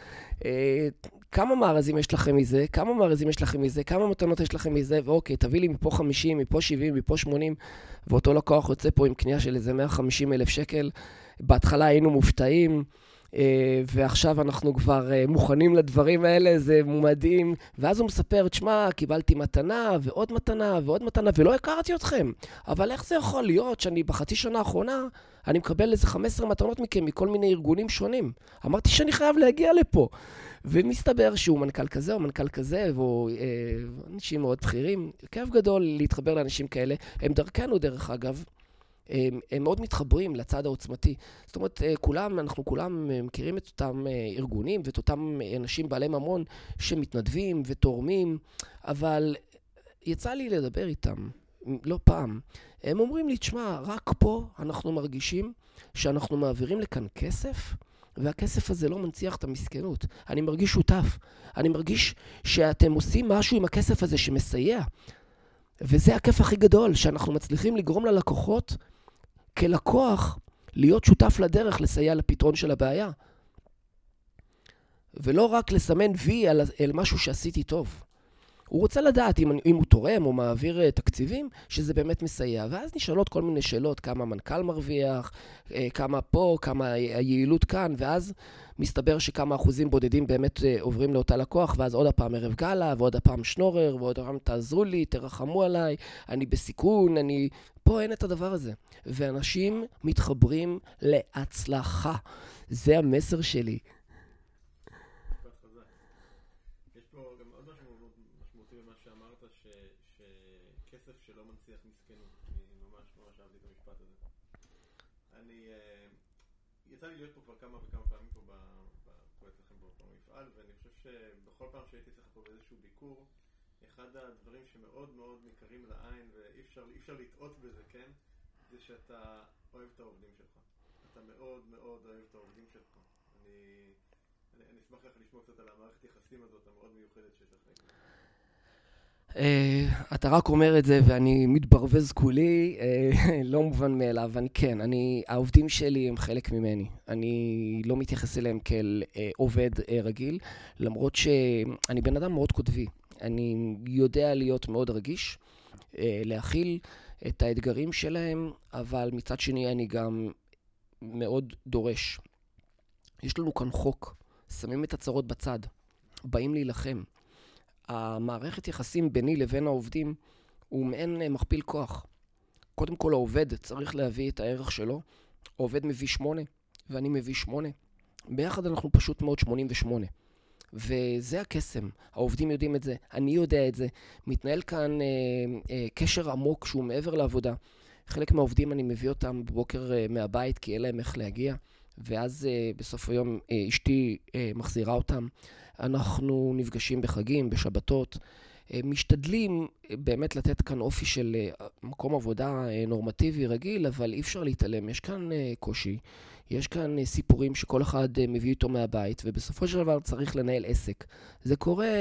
כמה מארזים יש לכם מזה, כמה מארזים יש לכם מזה, כמה מתנות יש לכם מזה, ואוקיי, תביא לי מפה חמישים, מפה שבעים, מפה שמונים, ואותו לקוח יוצא פה עם קנייה של איזה מאה וחמישים אלף שקל. בהתחלה היינו מופתעים, ועכשיו אנחנו כבר מוכנים לדברים האלה, זה מדהים, ואז הוא מספר, תשמע, קיבלתי מתנה, ועוד מתנה, ועוד מתנה, ולא הכרתי אתכם, אבל איך זה יכול להיות שאני בחצי שנה האחרונה, אני מקבל איזה חמש עשרה מתנות מכם, מכל מיני ארגונים שונים. אמרתי שאני חייב להגיע לפה. ומסתבר שהוא מנכ"ל כזה או מנכ"ל כזה, והוא אה, אנשים מאוד בכירים. כיף גדול להתחבר לאנשים כאלה. הם דרכנו, דרך אגב, הם, הם מאוד מתחברים לצד העוצמתי. זאת אומרת, כולם, אנחנו כולם מכירים את אותם ארגונים ואת אותם אנשים בעלי ממון שמתנדבים ותורמים, אבל יצא לי לדבר איתם לא פעם. הם אומרים לי, תשמע, רק פה אנחנו מרגישים שאנחנו מעבירים לכאן כסף, והכסף הזה לא מנציח את המסכנות. אני מרגיש שותף. אני מרגיש שאתם עושים משהו עם הכסף הזה שמסייע. וזה הכיף הכי גדול, שאנחנו מצליחים לגרום ללקוחות כלקוח להיות שותף לדרך לסייע לפתרון של הבעיה. ולא רק לסמן וי על, על משהו שעשיתי טוב. הוא רוצה לדעת אם, אם הוא תורם או מעביר תקציבים, שזה באמת מסייע. ואז נשאלות כל מיני שאלות, כמה המנכ"ל מרוויח, כמה פה, כמה היעילות כאן, ואז מסתבר שכמה אחוזים בודדים באמת עוברים לאותה לקוח, ואז עוד הפעם ערב גלה, ועוד הפעם שנורר, ועוד הפעם תעזרו לי, תרחמו עליי, אני בסיכון, אני... פה אין את הדבר הזה. ואנשים מתחברים להצלחה. זה המסר שלי. יש פה גם עוד משהו משמעותי במה שאמרת, שכסף שלא מנציח מסכנות. אני ממש ממש אהבתי את המשפט הזה. אני... יצא לי להיות פה כבר כמה וכמה פעמים פה בפרויקט לכם באותו מפעל, ואני חושב שבכל פעם שהייתי צריך פה באיזשהו ביקור, אחד הדברים שמאוד מאוד ניכרים לעין, ואי אפשר, אי אפשר לטעות בזה, כן? זה שאתה אוהב את העובדים שלך. אתה מאוד מאוד אוהב את העובדים שלך. אני, אני, אני אשמח לך לשמוע קצת על המערכת יחסים הזאת המאוד מיוחדת שיש לך. Uh, אתה רק אומר את זה ואני מתברבז כולי, uh, לא מובן מאליו. אני כן, אני, העובדים שלי הם חלק ממני. אני לא מתייחס אליהם כאל uh, עובד uh, רגיל, למרות שאני בן אדם מאוד כותבי. אני יודע להיות מאוד רגיש, uh, להכיל את האתגרים שלהם, אבל מצד שני אני גם מאוד דורש. יש לנו כאן חוק, שמים את הצרות בצד, באים להילחם. המערכת יחסים ביני לבין העובדים הוא מעין מכפיל כוח. קודם כל העובד צריך להביא את הערך שלו, העובד מביא שמונה ואני מביא שמונה. ביחד אנחנו פשוט מאוד שמונים ושמונה. וזה הקסם, העובדים יודעים את זה, אני יודע את זה. מתנהל כאן אה, אה, קשר עמוק שהוא מעבר לעבודה. חלק מהעובדים אני מביא אותם בבוקר אה, מהבית כי אין להם איך להגיע, ואז אה, בסוף היום אה, אשתי אה, מחזירה אותם. אנחנו נפגשים בחגים, בשבתות, אה, משתדלים אה, באמת לתת כאן אופי של אה, מקום עבודה אה, נורמטיבי רגיל, אבל אי אפשר להתעלם, יש כאן אה, קושי. יש כאן סיפורים שכל אחד מביא איתו מהבית, ובסופו של דבר צריך לנהל עסק. זה קורה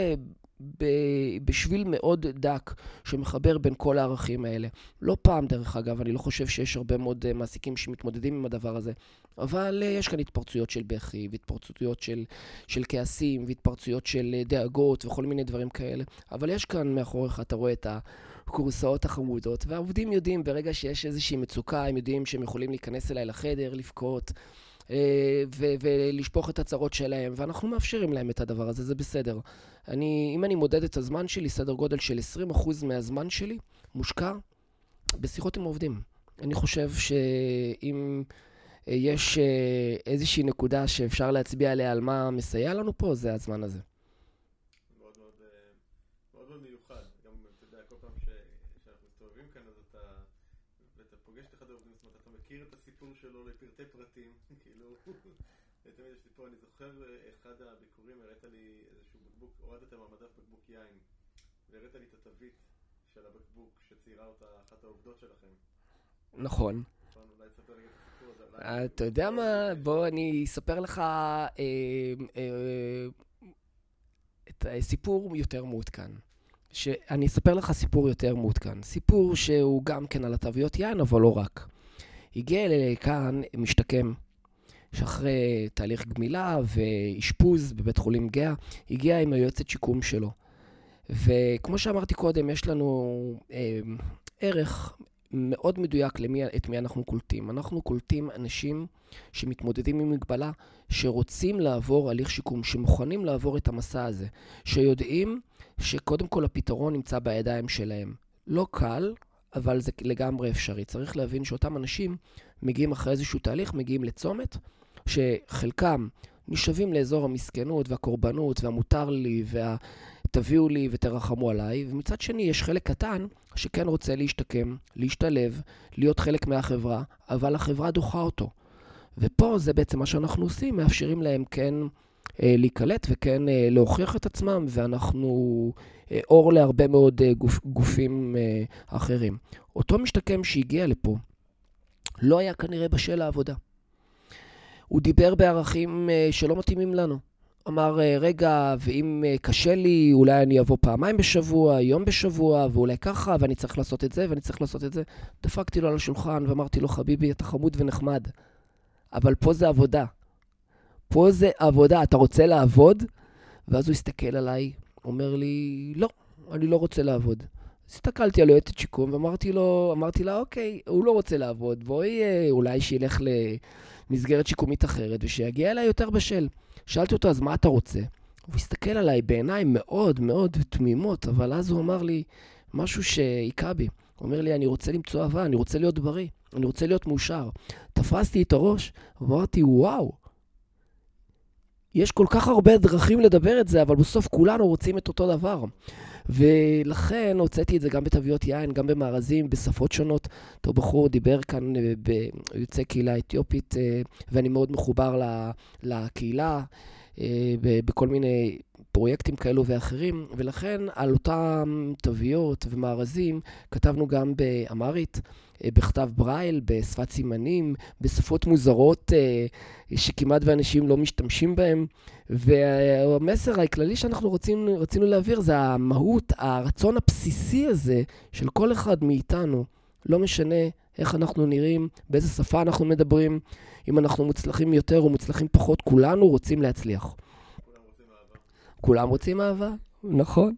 ב- בשביל מאוד דק שמחבר בין כל הערכים האלה. לא פעם דרך אגב, אני לא חושב שיש הרבה מאוד מעסיקים שמתמודדים עם הדבר הזה, אבל יש כאן התפרצויות של בכי, והתפרצויות של, של כעסים, והתפרצויות של דאגות וכל מיני דברים כאלה. אבל יש כאן מאחוריך, אתה רואה את הקורסאות החמודות, והעובדים יודעים ברגע שיש איזושהי מצוקה, הם יודעים שהם יכולים להיכנס אליי לחדר, לבכות, ו- ולשפוך את הצרות שלהם, ואנחנו מאפשרים להם את הדבר הזה, זה בסדר. אני, אם אני מודד את הזמן שלי, סדר גודל של עשרים אחוז מהזמן שלי מושקע בשיחות עם עובדים. אני חושב שאם יש איזושהי נקודה שאפשר להצביע עליה על מה מסייע לנו פה, זה הזמן הזה. מאוד מאוד, מאוד מאוד מיוחד. גם, אתה יודע, כל פעם שאנחנו מסתובבים כאן, אז אתה, ואתה פוגש את אחד העובדים, זאת אומרת, אתה מכיר את הסיפור שלו לפרטי פרטים, כאילו, תמיד יש לי פה, אני זוכר אחד הביקורים, הראית לי איזשהו בקבוק, הורדת מהמדף בקבוק יין, והראית לי את התווית של הבקבוק שציירה אותה אחת העובדות שלכם. נכון. אולי תספר רגע את הסיפור הזה. אתה יודע מה? בוא אני אספר לך את הסיפור יותר מעודכן. שאני אספר לך סיפור יותר מעודכן. סיפור שהוא גם כן על התוויות יין, אבל לא רק. הגיע אליי כאן משתקם, שאחרי תהליך גמילה ואשפוז בבית חולים גאה, הגיע עם היועצת שיקום שלו. וכמו שאמרתי קודם, יש לנו אה, ערך מאוד מדויק למי, את מי אנחנו קולטים. אנחנו קולטים אנשים שמתמודדים עם מגבלה, שרוצים לעבור הליך שיקום, שמוכנים לעבור את המסע הזה, שיודעים שקודם כל הפתרון נמצא בידיים שלהם. לא קל, אבל זה לגמרי אפשרי. צריך להבין שאותם אנשים מגיעים אחרי איזשהו תהליך, מגיעים לצומת, שחלקם נשאבים לאזור המסכנות והקורבנות והמותר לי והתביאו לי ותרחמו עליי, ומצד שני יש חלק קטן שכן רוצה להשתקם, להשתלב, להיות חלק מהחברה, אבל החברה דוחה אותו. ופה זה בעצם מה שאנחנו עושים, מאפשרים להם כן אה, להיקלט וכן אה, להוכיח את עצמם, ואנחנו אה, אור להרבה מאוד אה, גופ, גופים אה, אחרים. אותו משתקם שהגיע לפה, לא היה כנראה בשל העבודה. הוא דיבר בערכים אה, שלא מתאימים לנו. אמר, אה, רגע, ואם אה, קשה לי, אולי אני אבוא פעמיים בשבוע, יום בשבוע, ואולי ככה, ואני צריך לעשות את זה, ואני צריך לעשות את זה. דפקתי לו על השולחן ואמרתי לו, חביבי, אתה חמוד ונחמד. אבל פה זה עבודה. פה זה עבודה. אתה רוצה לעבוד? ואז הוא הסתכל עליי, אומר לי, לא, אני לא רוצה לעבוד. הסתכלתי על יועצת שיקום ואמרתי לו, אמרתי לה, אוקיי, הוא לא רוצה לעבוד, בואי אולי שילך למסגרת שיקומית אחרת ושיגיע אליי יותר בשל. שאלתי אותו, אז מה אתה רוצה? הוא הסתכל עליי בעיניים מאוד מאוד תמימות, אבל אז הוא אמר לי משהו שעיקה בי. הוא אומר לי, אני רוצה למצוא אהבה, אני רוצה להיות בריא, אני רוצה להיות מאושר. תפסתי את הראש ואמרתי, וואו, יש כל כך הרבה דרכים לדבר את זה, אבל בסוף כולנו רוצים את אותו דבר. ולכן הוצאתי את זה גם בתוויות יין, גם במארזים, בשפות שונות. אותו בחור דיבר כאן ביוצאי קהילה אתיופית, ואני מאוד מחובר לקהילה, בכל מיני פרויקטים כאלו ואחרים, ולכן על אותם תוויות ומארזים כתבנו גם באמרית, בכתב ברייל, בשפת סימנים, בשפות מוזרות שכמעט ואנשים לא משתמשים בהם, והמסר הכללי שאנחנו רוצים, רצינו להעביר זה המהות, הרצון הבסיסי הזה של כל אחד מאיתנו, לא משנה איך אנחנו נראים, באיזה שפה אנחנו מדברים, אם אנחנו מוצלחים יותר או מוצלחים פחות, כולנו רוצים להצליח. כולם רוצים אהבה. כולם רוצים אהבה, נכון.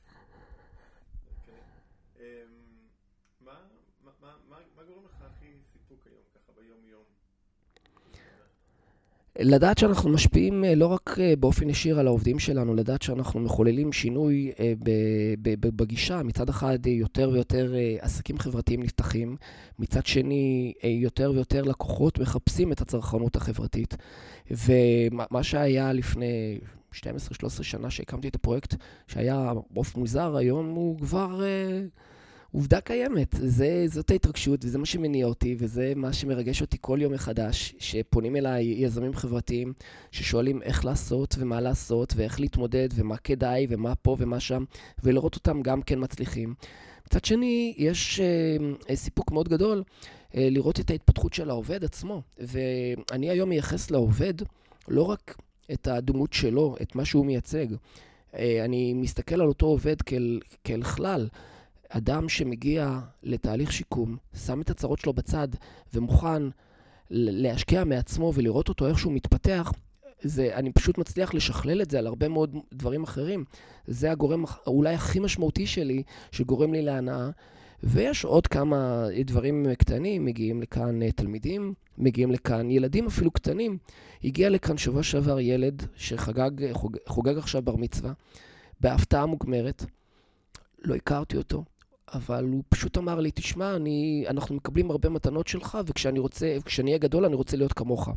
לדעת שאנחנו משפיעים לא רק באופן ישיר על העובדים שלנו, לדעת שאנחנו מחוללים שינוי בגישה, מצד אחד יותר ויותר עסקים חברתיים נפתחים, מצד שני יותר ויותר לקוחות מחפשים את הצרכנות החברתית. ומה שהיה לפני שתים עשרה שלוש עשרה שנה שהקמתי את הפרויקט, שהיה באופן מוזר, היום הוא כבר עובדה קיימת. זה, זאת ההתרגשות, וזה מה שמניע אותי, וזה מה שמרגש אותי כל יום מחדש, שפונים אליי יזמים חברתיים, ששואלים איך לעשות ומה לעשות, ואיך להתמודד, ומה כדאי, ומה פה ומה שם, ולראות אותם גם כן מצליחים. מצד שני, יש אה, סיפוק מאוד גדול אה, לראות את ההתפתחות של העובד עצמו, ואני היום מייחס לעובד לא רק את הדמות שלו, את מה שהוא מייצג. אה, אני מסתכל על אותו עובד כאל, כאל כלל, אדם שמגיע לתהליך שיקום, שם את הצרות שלו בצד ומוכן להשקיע מעצמו ולראות אותו איך שהוא מתפתח, זה, אני פשוט מצליח לשכלל את זה על הרבה מאוד דברים אחרים. זה הגורם אולי הכי משמעותי שלי, שגורם לי להנאה. ויש עוד כמה דברים קטנים, מגיעים לכאן תלמידים, מגיעים לכאן ילדים אפילו קטנים. הגיע לכאן שבוע שעבר ילד שחגג חוג, חוגג עכשיו בר מצווה, בהפתעה מוגמרת. לא הכרתי אותו, אבל הוא פשוט אמר לי, תשמע, אני, אנחנו מקבלים הרבה מתנות שלך, וכשאני רוצה, כשאני אהיה גדול, אני רוצה להיות כמוך.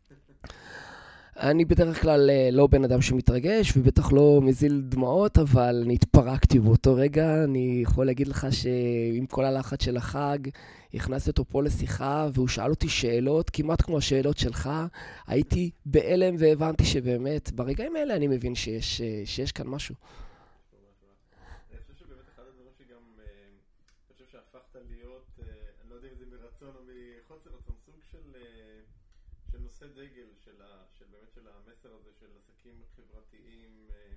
אני בדרך כלל לא בן אדם שמתרגש, ובטח לא מזיל דמעות, אבל אני התפרקתי באותו רגע. אני יכול להגיד לך שעם כל הלחץ של החג, הכנסתי אותו פה לשיחה, והוא שאל אותי שאלות, כמעט כמו השאלות שלך. הייתי באלם והבנתי שבאמת, ברגעים האלה אני מבין שיש, שיש כאן משהו. דגל של, ה, של באמת של המסר הזה של עסקים חברתיים,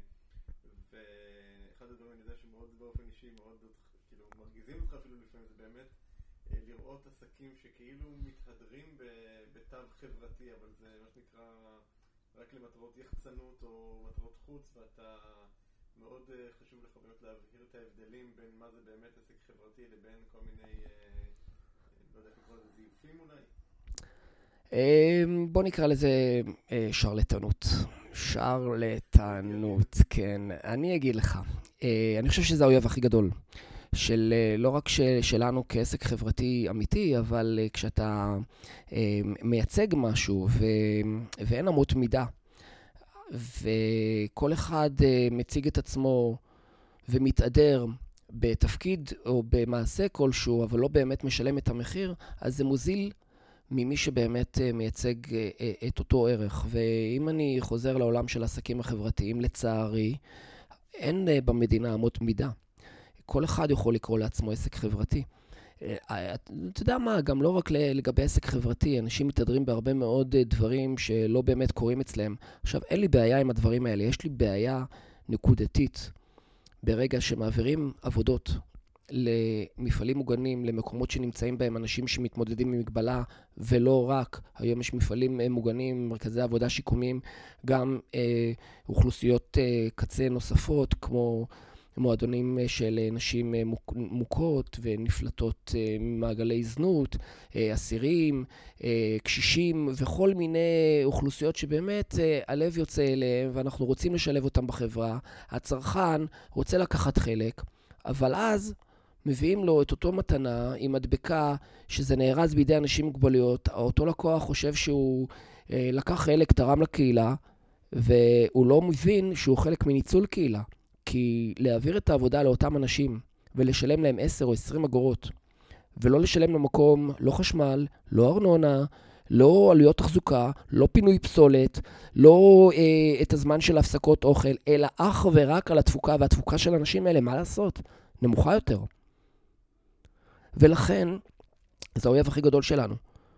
ואחד הדברים אני יודע שמאוד באופן אישי מאוד כאילו מרגיזים אותך אפילו לפעמים, זה באמת לראות עסקים שכאילו מתהדרים בתו חברתי, אבל זה מה שנקרא רק למטרות יחצנות או מטרות חוץ, ואתה מאוד חשוב לך באמת להבהיר את ההבדלים בין מה זה באמת עסק חברתי לבין כל מיני לא יודע איך לקרוא לזה, זיופים אולי. בוא נקרא לזה שרלטנות. שרלטנות, כן. אני אגיד לך. אני חושב שזה האויב הכי גדול. של, לא רק של, שלנו כעסק חברתי אמיתי, אבל כשאתה מייצג משהו ו, ואין אמות מידה, וכל אחד מציג את עצמו ומתעדר בתפקיד או במעשה כלשהו, אבל לא באמת משלם את המחיר, אז זה מוזיל ממי שבאמת מייצג את אותו ערך. ואם אני חוזר לעולם של העסקים החברתיים, לצערי, אין במדינה אמות מידה. כל אחד יכול לקרוא לעצמו עסק חברתי. אתה יודע מה, גם לא רק לגבי עסק חברתי, אנשים מתהדרים בהרבה מאוד דברים שלא באמת קורים אצלם. עכשיו, אין לי בעיה עם הדברים האלה, יש לי בעיה נקודתית ברגע שמעבירים עבודות למפעלים מוגנים, למקומות שנמצאים בהם אנשים שמתמודדים עם מגבלה, ולא רק, היום יש מפעלים מוגנים, מרכזי עבודה שיקומיים, גם אה, אוכלוסיות אה, קצה נוספות, כמו מועדונים של נשים מוכות ונפלטות ממעגלי זנות, אסירים, קשישים וכל מיני אוכלוסיות שבאמת הלב יוצא אליהם ואנחנו רוצים לשלב אותם בחברה. הצרכן רוצה לקחת חלק, אבל אז מביאים לו את אותו מתנה עם מדבקה שזה נארז בידי אנשים מוגבלויות. אותו לקוח חושב שהוא לקח חלק, תרם לקהילה, והוא לא מבין שהוא חלק מניצול קהילה. כי להעביר את העבודה לאותם אנשים ולשלם להם עשר או עשרים אגורות, ולא לשלם למקום לא חשמל, לא ארנונה, לא עלויות תחזוקה, לא פינוי פסולת, לא אה, את הזמן של הפסקות אוכל, אלא אך ורק על התפוקה, והתפוקה של האנשים האלה, מה לעשות? נמוכה יותר. ולכן, זה האויב הכי גדול שלנו.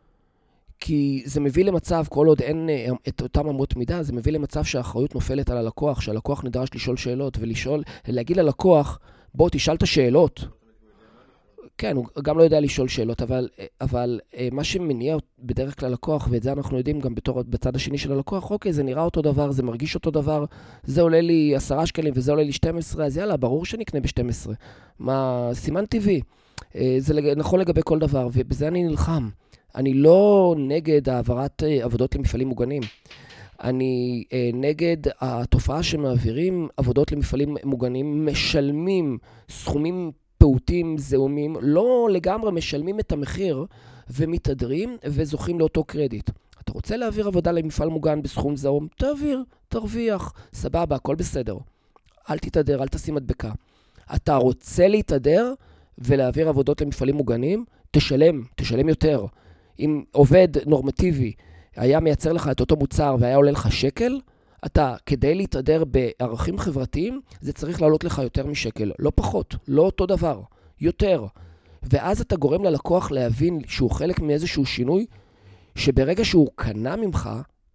כי זה מביא למצב, כל עוד אין את אותם אמות מידה, זה מביא למצב שהאחריות נופלת על הלקוח, שהלקוח נדרש לשאול שאלות ולשאול, להגיד ללקוח, בוא תשאל את השאלות. כן, הוא גם לא יודע לשאול שאלות, אבל, אבל מה שמניע בדרך כלל לקוח, ואת זה אנחנו יודעים גם בתור, בצד השני של הלקוח, אוקיי, זה נראה אותו דבר, זה מרגיש אותו דבר, זה עולה לי עשרה שקלים וזה עולה לי שתים עשרה, אז יאללה, ברור שנקנה ב-שתים עשרה. מה, סימן טבעי. זה נכון לגבי כל דבר, ובזה אני נלחם. אני לא נגד העברת עבודות למפעלים מוגנים. אני נגד התופעה שמעבירים עבודות למפעלים מוגנים, משלמים סכומים פעוטים, זהומים, לא לגמרי משלמים את המחיר ומתהדרים וזוכים לאותו קרדיט. אתה רוצה להעביר עבודה למפעל מוגן בסכום זהום? תעביר, תרוויח, סבבה, הכל בסדר. אל תתהדר, אל תשים מדבקה. אתה רוצה להתהדר ולהעביר עבודות למפעלים מוגנים? תשלם, תשלם יותר. אם עובד נורמטיבי היה מייצר לך את אותו מוצר והיה עולה לך שקל, אתה, כדי להתהדר בערכים חברתיים, זה צריך לעלות לך יותר משקל. לא פחות, לא אותו דבר, יותר. ואז אתה גורם ללקוח להבין שהוא חלק מאיזשהו שינוי, שברגע שהוא קנה ממך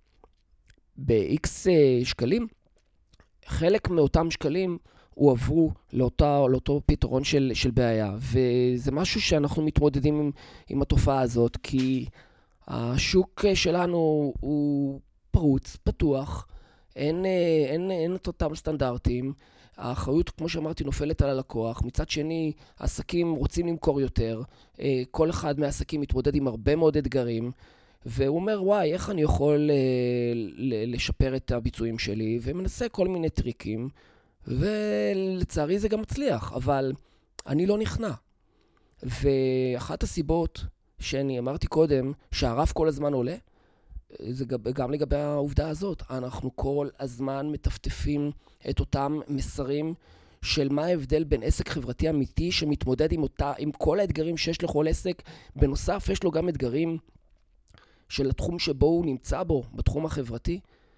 ב-X שקלים, חלק מאותם שקלים הועברו לאותה, לאותו פתרון של, של בעיה. וזה משהו שאנחנו מתמודדים עם, עם התופעה הזאת, כי השוק שלנו הוא פרוץ, פתוח, אין, אין, אין את אותם סטנדרטים, האחריות, כמו שאמרתי, נופלת על הלקוח. מצד שני, העסקים רוצים למכור יותר, כל אחד מהעסקים מתמודד עם הרבה מאוד אתגרים, והוא אומר, וואי, איך אני יכול לשפר את הביצועים שלי, ומנסה כל מיני טריקים, ולצערי זה גם מצליח, אבל אני לא נכנע. ואחת הסיבות שאני אמרתי קודם, שהרף כל הזמן עולה, זה גם לגבי העובדה הזאת. אנחנו כל הזמן מטפטפים את אותם מסרים של מה ההבדל בין עסק חברתי אמיתי שמתמודד עם, אותה, עם כל האתגרים שיש לכל עסק. בנוסף, יש לו גם אתגרים של התחום שבו הוא נמצא בו, בתחום החברתי,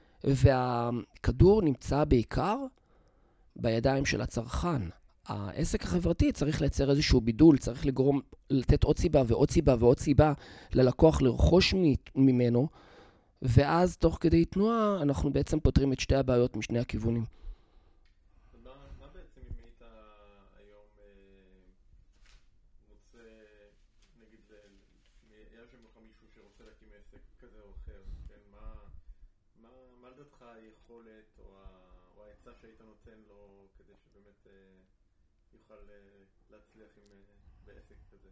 והכדור נמצא בעיקר בידיים של הצרכן. העסק החברתי צריך לייצר איזשהו בידול, צריך לגרום, לתת עוד סיבה ועוד סיבה ועוד סיבה ללקוח לרכוש ממנו, ואז תוך כדי תנועה אנחנו בעצם פותרים את שתי הבעיות משני הכיוונים. מה, מה בעצם אם היית היום רוצה, נגיד, יש לך מישהו שרוצה להקים עסק כזה או אחר, כן? מה, מה, מה לדעתך היכולת או, או העצה שהיית נותן לו כדי שבאמת יוכל להצליח עם, בעסק כזה?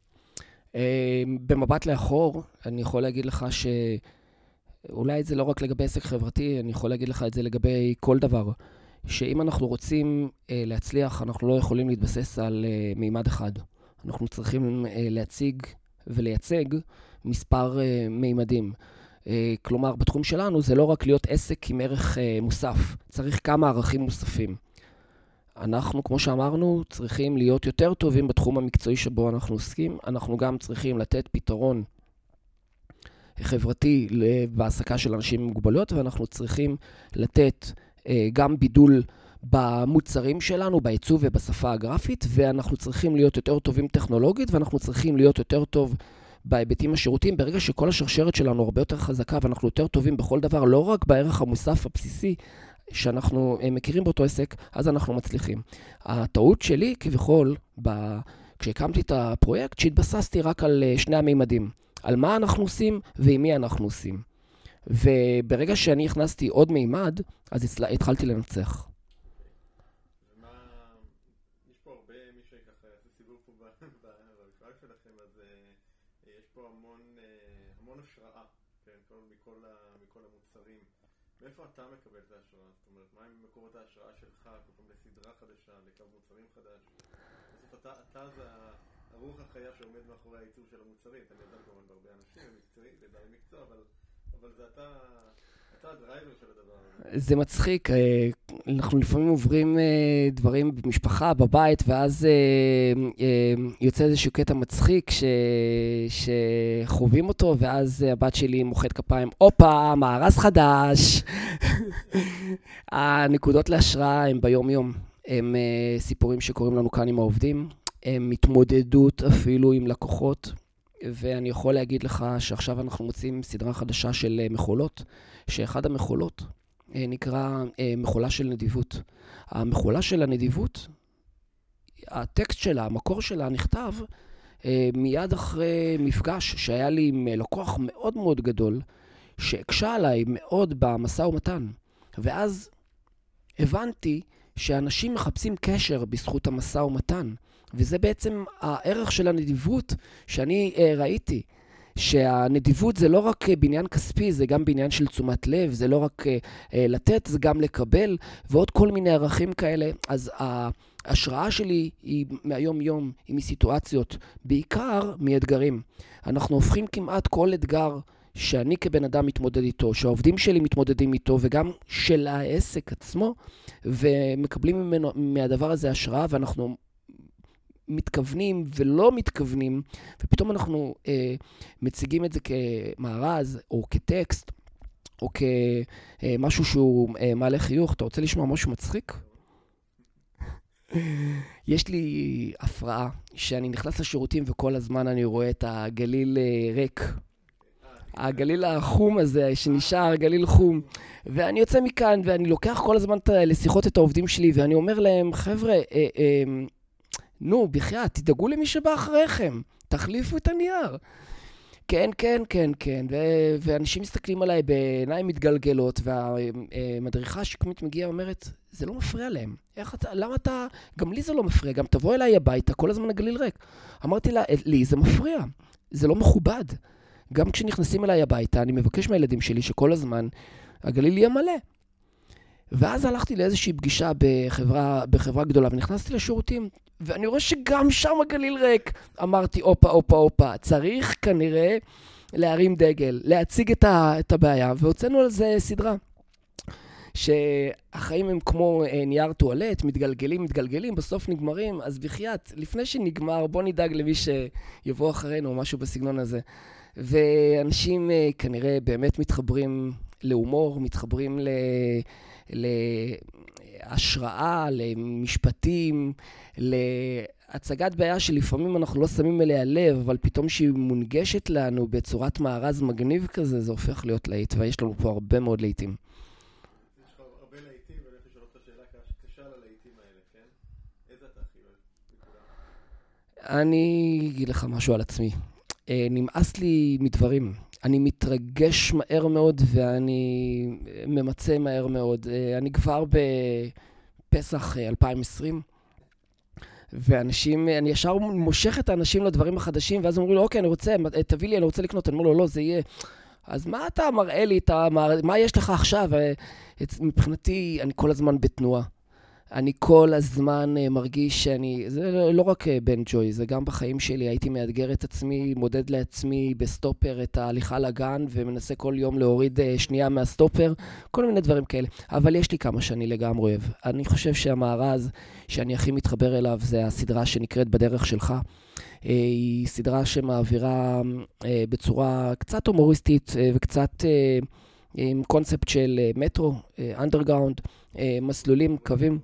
במבט לאחור, אני יכול להגיד לך ש... אולי זה לא רק לגבי עסק חברתי, אני יכול להגיד לך את זה לגבי כל דבר. שאם אנחנו רוצים אה, להצליח, אנחנו לא יכולים להתבסס על אה, מימד אחד. אנחנו צריכים אה, להציג ולייצג מספר אה, מימדים. אה, כלומר, בתחום שלנו זה לא רק להיות עסק עם ערך אה, מוסף. צריך כמה ערכים מוספים. אנחנו, כמו שאמרנו, צריכים להיות יותר טובים בתחום המקצועי שבו אנחנו עוסקים. אנחנו גם צריכים לתת פתרון חברתי בהעסקה של אנשים עם מוגבלויות, ואנחנו צריכים לתת אה, גם בידול במוצרים שלנו, בעיצוב ובשפה הגרפית, ואנחנו צריכים להיות יותר טובים טכנולוגית, ואנחנו צריכים להיות יותר טוב בהיבטים השירותיים. ברגע שכל השרשרת שלנו הרבה יותר חזקה, ואנחנו יותר טובים בכל דבר, לא רק בערך המוסף הבסיסי שאנחנו אה, מכירים באותו עסק, אז אנחנו מצליחים. הטעות שלי כביכול, ב... כשהקמתי את הפרויקט, שהתבססתי רק על אה, שני המימדים. על מה אנחנו עושים ועם מי אנחנו עושים. וברגע שאני הכנסתי עוד מימד, אז התחלתי לנצח. ומה, שככה יעשה סיבוב פה במפעל שלכם, אז יש פה המון, המון השראה, כן, מכל, מכל המוצרים. מאיפה אתה מקבל את ההשראה? זאת אומרת, מה עם מקורות ההשראה שלך, כל פעם לסדרה חדשה, לקו מוצרים חדש? בסוף אתה, אתה זה הרוח החיה שעומד מאחורי הייצור של המוצרים. אתה נדע כמובן בהרבה אנשים, במקצועי, לבעלי מקצוע, אבל, אבל זה אתה... זה מצחיק, אנחנו לפעמים עוברים דברים במשפחה, בבית, ואז יוצא איזשהו קטע מצחיק שחווים אותו, ואז הבת שלי מוחאת כפיים, אופה, מארז חדש. הנקודות להשראה הם ביום יום, הם סיפורים שקוראים לנו כאן עם העובדים, הם התמודדות אפילו עם לקוחות, ואני יכול להגיד לך שעכשיו אנחנו מוצאים סדרה חדשה של מחולות, שאחד המחולות נקרא מחולה של נדיבות. המחולה של הנדיבות, הטקסט שלה, המקור שלה נכתב מיד אחרי מפגש שהיה לי עם לקוח מאוד מאוד גדול, שהקשה עליי מאוד במשא ומתן. ואז הבנתי שאנשים מחפשים קשר בזכות המשא ומתן. וזה בעצם הערך של הנדיבות שאני ראיתי. שהנדיבות זה לא רק בעניין כספי, זה גם בעניין של תשומת לב, זה לא רק לתת, זה גם לקבל, ועוד כל מיני ערכים כאלה. אז ההשראה שלי היא מהיום יום, היא מסיטואציות, בעיקר מאתגרים. אנחנו הופכים כמעט כל אתגר שאני כבן אדם מתמודד איתו, שהעובדים שלי מתמודדים איתו, וגם של העסק עצמו, ומקבלים ממנו, מהדבר הזה השראה, ואנחנו מתכוונים ולא מתכוונים, ופתאום אנחנו אה, מציגים את זה כמארז, או כטקסט, או כמשהו שהוא אה, מעלה חיוך. אתה רוצה לשמוע משהו מצחיק? יש לי הפרעה, שאני נכנס לשירותים וכל הזמן אני רואה את הגליל אה, ריק. הגליל החום הזה שנשאר, גליל חום. ואני יוצא מכאן ואני לוקח כל הזמן לשיחות את העובדים שלי, ואני אומר להם, חבר'ה, אה, אה, נו, בחייאת, תדאגו למי שבא אחריכם, תחליפו את הנייר. כן, כן, כן, כן, ו- ואנשים מסתכלים עליי בעיניים מתגלגלות, והמדריכה השיקומית מגיעה ואומרת, זה לא מפריע להם. איך אתה, למה אתה, גם לי זה לא מפריע, גם תבוא אליי הביתה, כל הזמן הגליל ריק. אמרתי לה, לי זה מפריע, זה לא מכובד. גם כשנכנסים אליי הביתה, אני מבקש מהילדים שלי שכל הזמן הגליל יהיה מלא. ואז הלכתי לאיזושהי פגישה בחברה, בחברה גדולה, ונכנסתי לשירותים, ואני רואה שגם שם הגליל ריק. אמרתי, אופה, אופה, אופה, צריך כנראה להרים דגל, להציג את, ה, את הבעיה, והוצאנו על זה סדרה. שהחיים הם כמו נייר טואלט, מתגלגלים, מתגלגלים, בסוף נגמרים, אז בחייאת, לפני שנגמר, בוא נדאג למי שיבוא אחרינו, או משהו בסגנון הזה. ואנשים כנראה באמת מתחברים להומור, מתחברים ל... להשראה, למשפטים, להצגת בעיה שלפעמים אנחנו לא שמים אליה לב, אבל פתאום שהיא מונגשת לנו בצורת מארז מגניב כזה, זה הופך להיות להיט, ויש לנו פה הרבה מאוד להיטים. יש לך הרבה להיטים, ואני חושב לשאול אותך שאלה קשה על הלהיטים האלה, כן? איזה אתה הכי אוהב? אני אגיד לך משהו על עצמי. נמאס לי מדברים. אני מתרגש מהר מאוד ואני ממצא מהר מאוד. אני כבר בפסח אלפיים עשרים, ואנשים, אני ישר מושך את האנשים לדברים החדשים, ואז אומרים לו, אוקיי, אני רוצה, תביא לי, אני רוצה לקנות. אני אומר לו, לא, זה יהיה. אז מה אתה מראה לי, אתה, מה יש לך עכשיו? מבחינתי, אני כל הזמן בתנועה. אני כל הזמן מרגיש שאני, זה לא רק בן ג'וי, זה גם בחיים שלי. הייתי מאתגר את עצמי, מודד לעצמי בסטופר את ההליכה לגן, ומנסה כל יום להוריד שנייה מהסטופר, כל מיני דברים כאלה. אבל יש לי כמה שאני לגמרי אוהב. אני חושב שהמארז שאני הכי מתחבר אליו, זה הסדרה שנקראת בדרך שלך. היא סדרה שמעבירה בצורה קצת הומוריסטית, וקצת עם קונספט של מטרו, אנדרגאונד, מסלולים, קווים.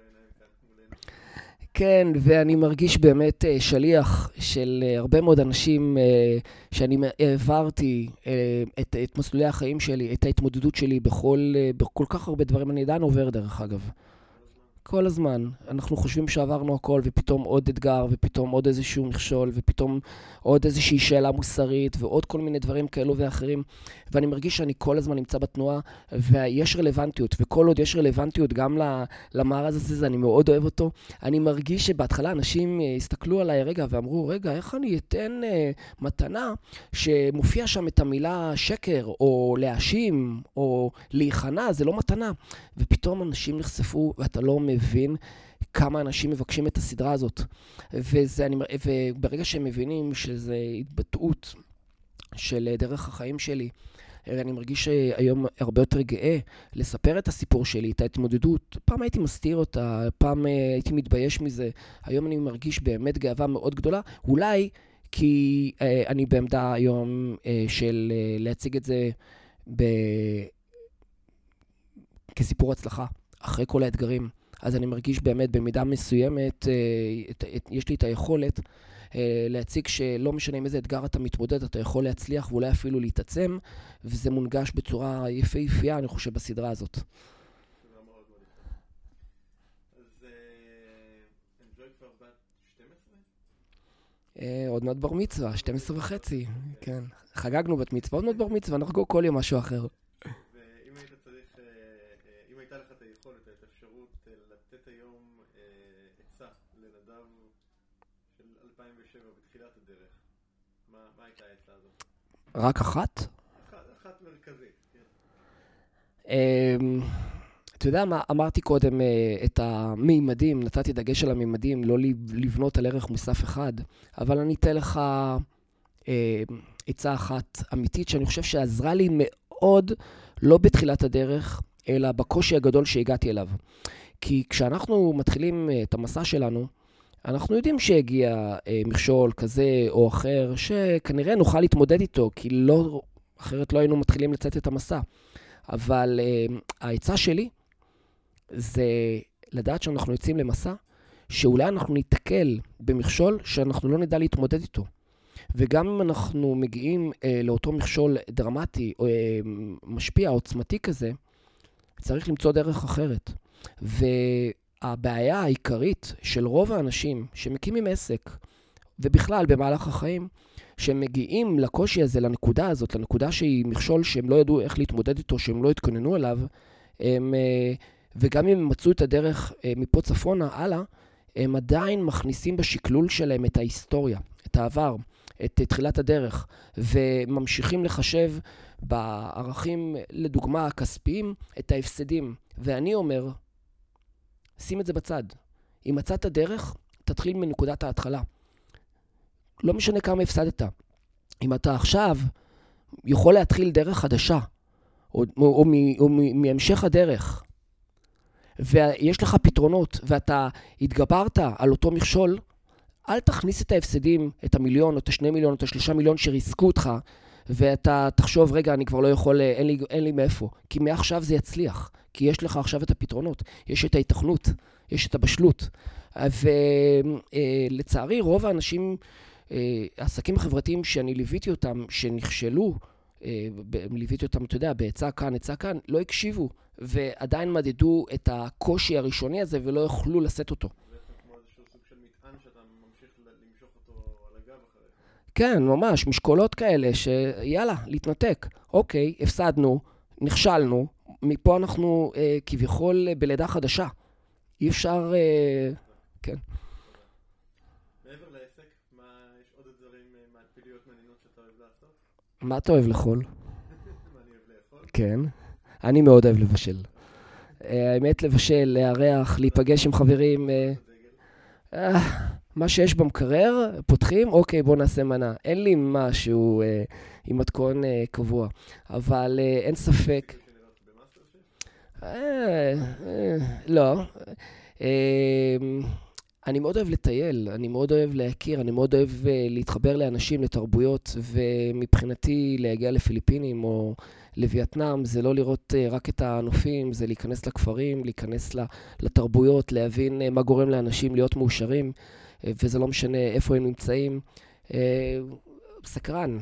כן, ואני מרגיש באמת שליח של הרבה מאוד אנשים שאני העברתי את, את מסלולי החיים שלי, את ההתמודדות שלי בכל, בכל כך הרבה דברים. אני עדיין עובר דרך אגב. כל הזמן. אנחנו חושבים שעברנו הכל, ופתאום עוד אתגר, ופתאום עוד איזשהו מכשול, ופתאום עוד איזושהי שאלה מוסרית, ועוד כל מיני דברים כאלו ואחרים. ואני מרגיש שאני כל הזמן נמצא בתנועה, ויש רלוונטיות, וכל עוד יש רלוונטיות גם למארז הזה, אני מאוד אוהב אותו. אני מרגיש שבהתחלה אנשים הסתכלו עליי רגע, ואמרו, רגע, איך אני אתן uh, מתנה שמופיע שם את המילה שקר, או להאשים, או להיכנע, זה לא מתנה. ופתאום אנשים נחשפו, ואתה לא מבין כמה אנשים מבקשים את הסדרה הזאת. וזה, אני, וברגע שהם מבינים שזה התבטאות של דרך החיים שלי, אני מרגיש שהיום הרבה יותר גאה לספר את הסיפור שלי, את ההתמודדות. פעם הייתי מסתיר אותה, פעם הייתי מתבייש מזה. היום אני מרגיש באמת גאווה מאוד גדולה. אולי כי אני בעמדה היום של להציג את זה ב... כסיפור הצלחה, אחרי כל האתגרים. אז אני מרגיש באמת במידה מסוימת, יש לי את היכולת להציג שלא משנה עם איזה אתגר אתה מתמודד, אתה יכול להצליח ואולי אפילו להתעצם, וזה מונגש בצורה יפהפייה, אני חושב, בסדרה הזאת. תודה מאוד מאוד יפה. אז אנג'וי כבר בת שתים עשרה? עוד מעט בר מצווה, שתים עשרה וחצי, כן. חגגנו בת מצווה, עוד מעט בר מצווה, נחגוג כל יום משהו אחר. ואם היית צריך, אם הייתה לך את היכולת, את האפשרות לתת היום עצה לנדב של אלפיים ושבע בתחילת הדרך, מה, מה הייתה העצה הזאת? רק אחת? אחת, אחת מרכזית, כן. אתה יודע מה, אמרתי קודם את המימדים, נתתי דגש על המימדים, לא לבנות על ערך מוסף אחד, אבל אני אתן לך עצה אחת אמיתית, שאני חושב שעזרה לי מאוד, לא בתחילת הדרך, אלא בקושי הגדול שהגעתי אליו. כי כשאנחנו מתחילים את המסע שלנו, אנחנו יודעים שהגיע אה, מכשול כזה או אחר, שכנראה נוכל להתמודד איתו, כי לא, אחרת לא היינו מתחילים לצאת את המסע. אבל אה, העצה שלי זה לדעת שאנחנו יוצאים למסע, שאולי אנחנו ניתקל במכשול שאנחנו לא נדע להתמודד איתו. וגם אם אנחנו מגיעים אה, לאותו מכשול דרמטי, או אה, משפיע, עוצמתי כזה, צריך למצוא דרך אחרת. ו... הבעיה העיקרית של רוב האנשים שמקימים עסק, ובכלל במהלך החיים, שהם מגיעים לקושי הזה, לנקודה הזאת, לנקודה שהיא מכשול שהם לא ידעו איך להתמודד איתו, שהם לא התכוננו אליו, הם, וגם אם הם מצאו את הדרך מפה צפונה הלאה, הם עדיין מכניסים בשקלול שלהם את ההיסטוריה, את העבר, את תחילת הדרך, וממשיכים לחשב בערכים, לדוגמה, הכספיים, את ההפסדים. ואני אומר, שים את זה בצד. אם מצאת דרך, תתחיל מנקודת ההתחלה. לא משנה כמה הפסדת. אם אתה עכשיו יכול להתחיל דרך חדשה, או, או, או, או, או מהמשך הדרך, ויש לך פתרונות, ואתה התגברת על אותו מכשול, אל תכניס את ההפסדים, את המיליון, או את השני מיליון, או את השלושה מיליון שריסקו אותך, ואתה תחשוב, רגע, אני כבר לא יכול, אין לי, אין לי מאיפה. כי מעכשיו זה יצליח. כי יש לך עכשיו את הפתרונות, יש את ההתכנות, יש את הבשלות. ולצערי, רוב האנשים, העסקים החברתיים שאני ליוויתי אותם, שנכשלו, ליוויתי אותם, אתה יודע, בעצה כאן, עצה כאן, לא הקשיבו, ועדיין מדדו את הקושי הראשוני הזה, ולא יוכלו לשאת אותו. זה כמו איזשהו סוג של מטען שאתה ממשיך למשוך אותו על הגב אחריך. כן, ממש, משקולות כאלה, שיאללה, להתנתק. אוקיי, הפסדנו, נכשלנו, מפה אנחנו אה, כביכול בלידה חדשה. אי אפשר... אה, כן. מעבר לעסק, מה, יש עוד דברים מהפעילויות מעניינות שאתה אוהב לעשות? מה אתה אוהב לאכול? מה אני אוהב לאכול? כן. אני מאוד אוהב לבשל. אה, האמת לבשל, לארח, להיפגש עם חברים. אה, אה, מה שיש במקרר, פותחים, אוקיי, בוא נעשה מנה. אין לי משהו אה, עם מתכון אה, קבוע. אבל אה, אין ספק... לא. אני מאוד אוהב לטייל, אני מאוד אוהב להכיר, אני מאוד אוהב להתחבר לאנשים, לתרבויות, ומבחינתי להגיע לפיליפינים או לווייטנאם, זה לא לראות רק את הנופים, זה להיכנס לכפרים, להיכנס לתרבויות, להבין מה גורם לאנשים להיות מאושרים, וזה לא משנה איפה הם נמצאים. סקרן.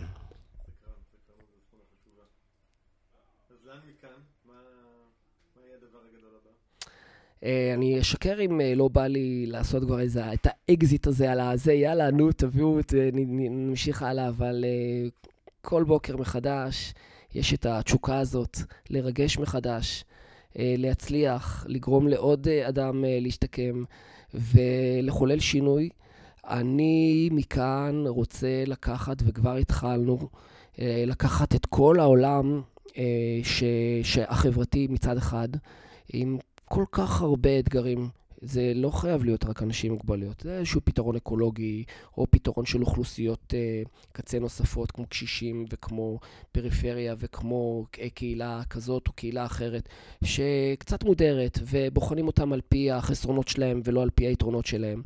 אני אשקר אם לא בא לי לעשות כבר איזה, את האקזיט הזה על הזה, יאללה, נו, תביאו, נמשיך הלאה, אבל כל בוקר מחדש יש את התשוקה הזאת, לרגש מחדש, להצליח, לגרום לעוד אדם להשתקם ולחולל שינוי. אני מכאן רוצה לקחת, וכבר התחלנו, לקחת את כל העולם ש, שהחברתי מצד אחד, עם כל כך הרבה אתגרים. זה לא חייב להיות רק אנשים עם מוגבלויות. זה איזשהו פתרון אקולוגי, או פתרון של אוכלוסיות קצה נוספות, כמו קשישים וכמו פריפריה וכמו קהילה כזאת או קהילה אחרת, שקצת מודרת, ובוחנים אותם על פי החסרונות שלהם ולא על פי היתרונות שלהם.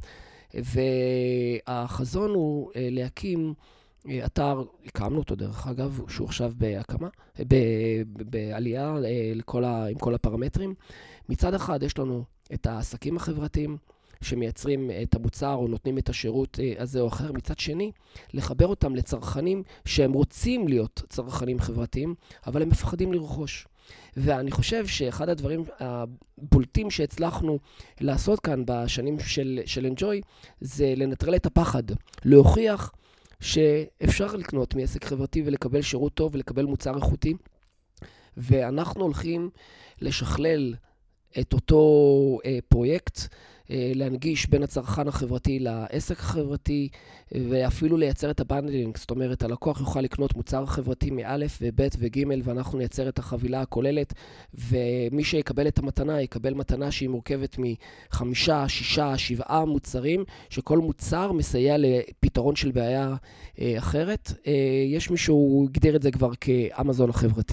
והחזון הוא להקים אתר, הקמנו אותו דרך אגב, שהוא עכשיו בהקמה, בעלייה לכל ה, עם כל הפרמטרים. מצד אחד יש לנו את העסקים החברתיים שמייצרים את המוצר או נותנים את השירות הזה או אחר. מצד שני, לחבר אותם לצרכנים שהם רוצים להיות צרכנים חברתיים, אבל הם מפחדים לרכוש. ואני חושב שאחד הדברים הבולטים שהצלחנו לעשות כאן בשנים של, של Enjoy, זה לנטרל את הפחד, להוכיח שאפשר לקנות מעסק חברתי ולקבל שירות טוב ולקבל מוצר איכותי. ואנחנו הולכים לשכלל את אותו אה, פרויקט, אה, להנגיש בין הצרכן החברתי לעסק החברתי, ואפילו לייצר את הבנדלינג, זאת אומרת, הלקוח יוכל לקנות מוצר חברתי מאלף וב' וג' ואנחנו נייצר את החבילה הכוללת, ומי שיקבל את המתנה, יקבל מתנה שהיא מורכבת מחמישה, שישה, שבעה מוצרים, שכל מוצר מסייע לפתרון של בעיה אה, אחרת. אה, יש מישהו הגדיר את זה כבר כאמזון החברתי.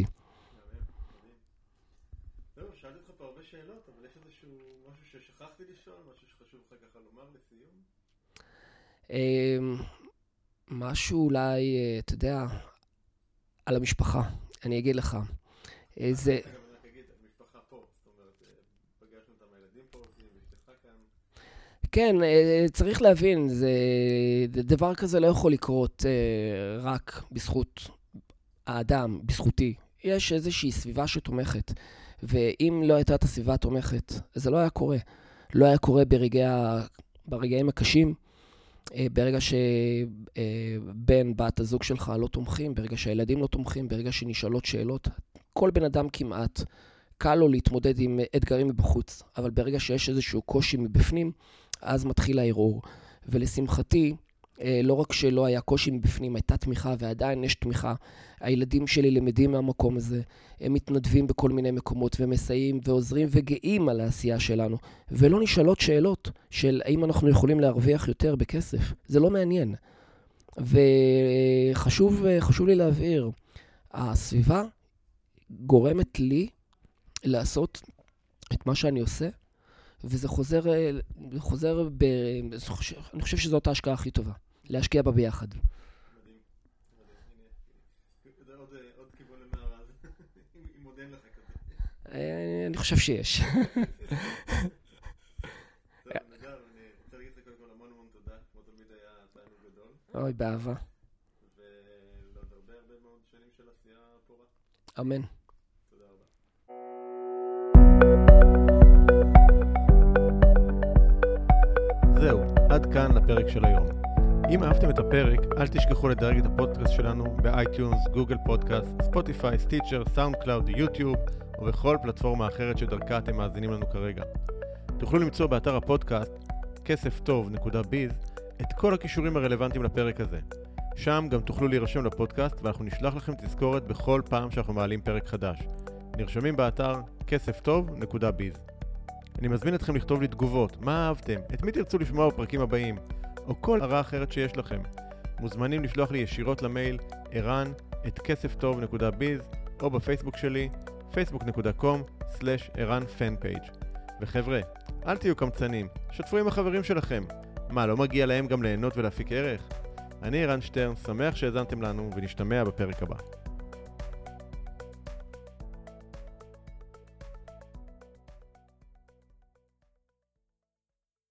משהו אולי, אתה יודע, על המשפחה, אני אגיד לך. זה... אני אגיד, המשפחה פה, זאת אומרת, פגשנו את הילדים פה, ואשתך כאן. כן, צריך להבין, זה דבר כזה לא יכול לקרות רק בזכות האדם, בזכותי. יש איזושהי סביבה שתומכת, ואם לא הייתה את הסביבה התומכת, זה לא היה קורה. לא היה קורה ברגע, ברגעים הקשים, ברגע שבן, בת, הזוג שלך לא תומכים, ברגע שהילדים לא תומכים, ברגע שנשאלות שאלות, כל בן אדם כמעט קל לו להתמודד עם אתגרים מבחוץ, אבל ברגע שיש איזשהו קושי מבפנים, אז מתחיל הערעור. ולשמחתי, לא רק שלא היה קושי מבפנים, הייתה תמיכה, ועדיין יש תמיכה. הילדים שלי למדים מהמקום הזה, הם מתנדבים בכל מיני מקומות, ומסייעים ועוזרים וגאים על העשייה שלנו. ולא נשאלות שאלות של האם אנחנו יכולים להרוויח יותר בכסף. זה לא מעניין. וחשוב חשוב לי להבהיר, הסביבה גורמת לי לעשות את מה שאני עושה, וזה חוזר, חוזר ב... אני חושב שזאת ההשקעה הכי טובה. להשקיע בה ביחד. מדהים. זה עוד כיוון למערה, אם מודן לך כזה. אני חושב שיש. טוב, נדב, אני רוצה להגיד לך קודם כל המון המון תודה, כמו תמיד היה תענוג גדול. אוי, באהבה. ולעוד הרבה הרבה מאוד שנים של עשייה פורה. אמן. תודה רבה. זהו, עד כאן לפרק של היום. אם אהבתם את הפרק, אל תשכחו לדרג את הפודקאסט שלנו באייטיונס, גוגל פודקאסט, ספוטיפיי, סטיצ'ר, סאונד קלאוד, יוטיוב ובכל פלטפורמה אחרת שדרכה אתם מאזינים לנו כרגע. תוכלו למצוא באתר הפודקאסט כסף טוב נקודה ביז את כל הכישורים הרלוונטיים לפרק הזה. שם גם תוכלו להירשם לפודקאסט ואנחנו נשלח לכם תזכורת בכל פעם שאנחנו מעלים פרק חדש. נרשמים באתר כסף טוב נקודה ביז. אני מזמין אתכם לכתוב לי תגובות, מה אהבתם, את מי תרצו לשמוע בפרקים הבאים, או כל הרעה אחרת שיש לכם. מוזמנים לשלוח לי ישירות למייל ערן את כסף טוב נקודה ביז או בפייסבוק שלי פייסבוק נקודה קום סלש ערן פן פייג'. וחבר'ה, אל תהיו קמצנים, שתפו עם החברים שלכם. מה, לא מגיע להם גם ליהנות ולהפיק ערך? אני ערן שטרן, שמח שהאזנתם לנו ונשתמע בפרק הבא.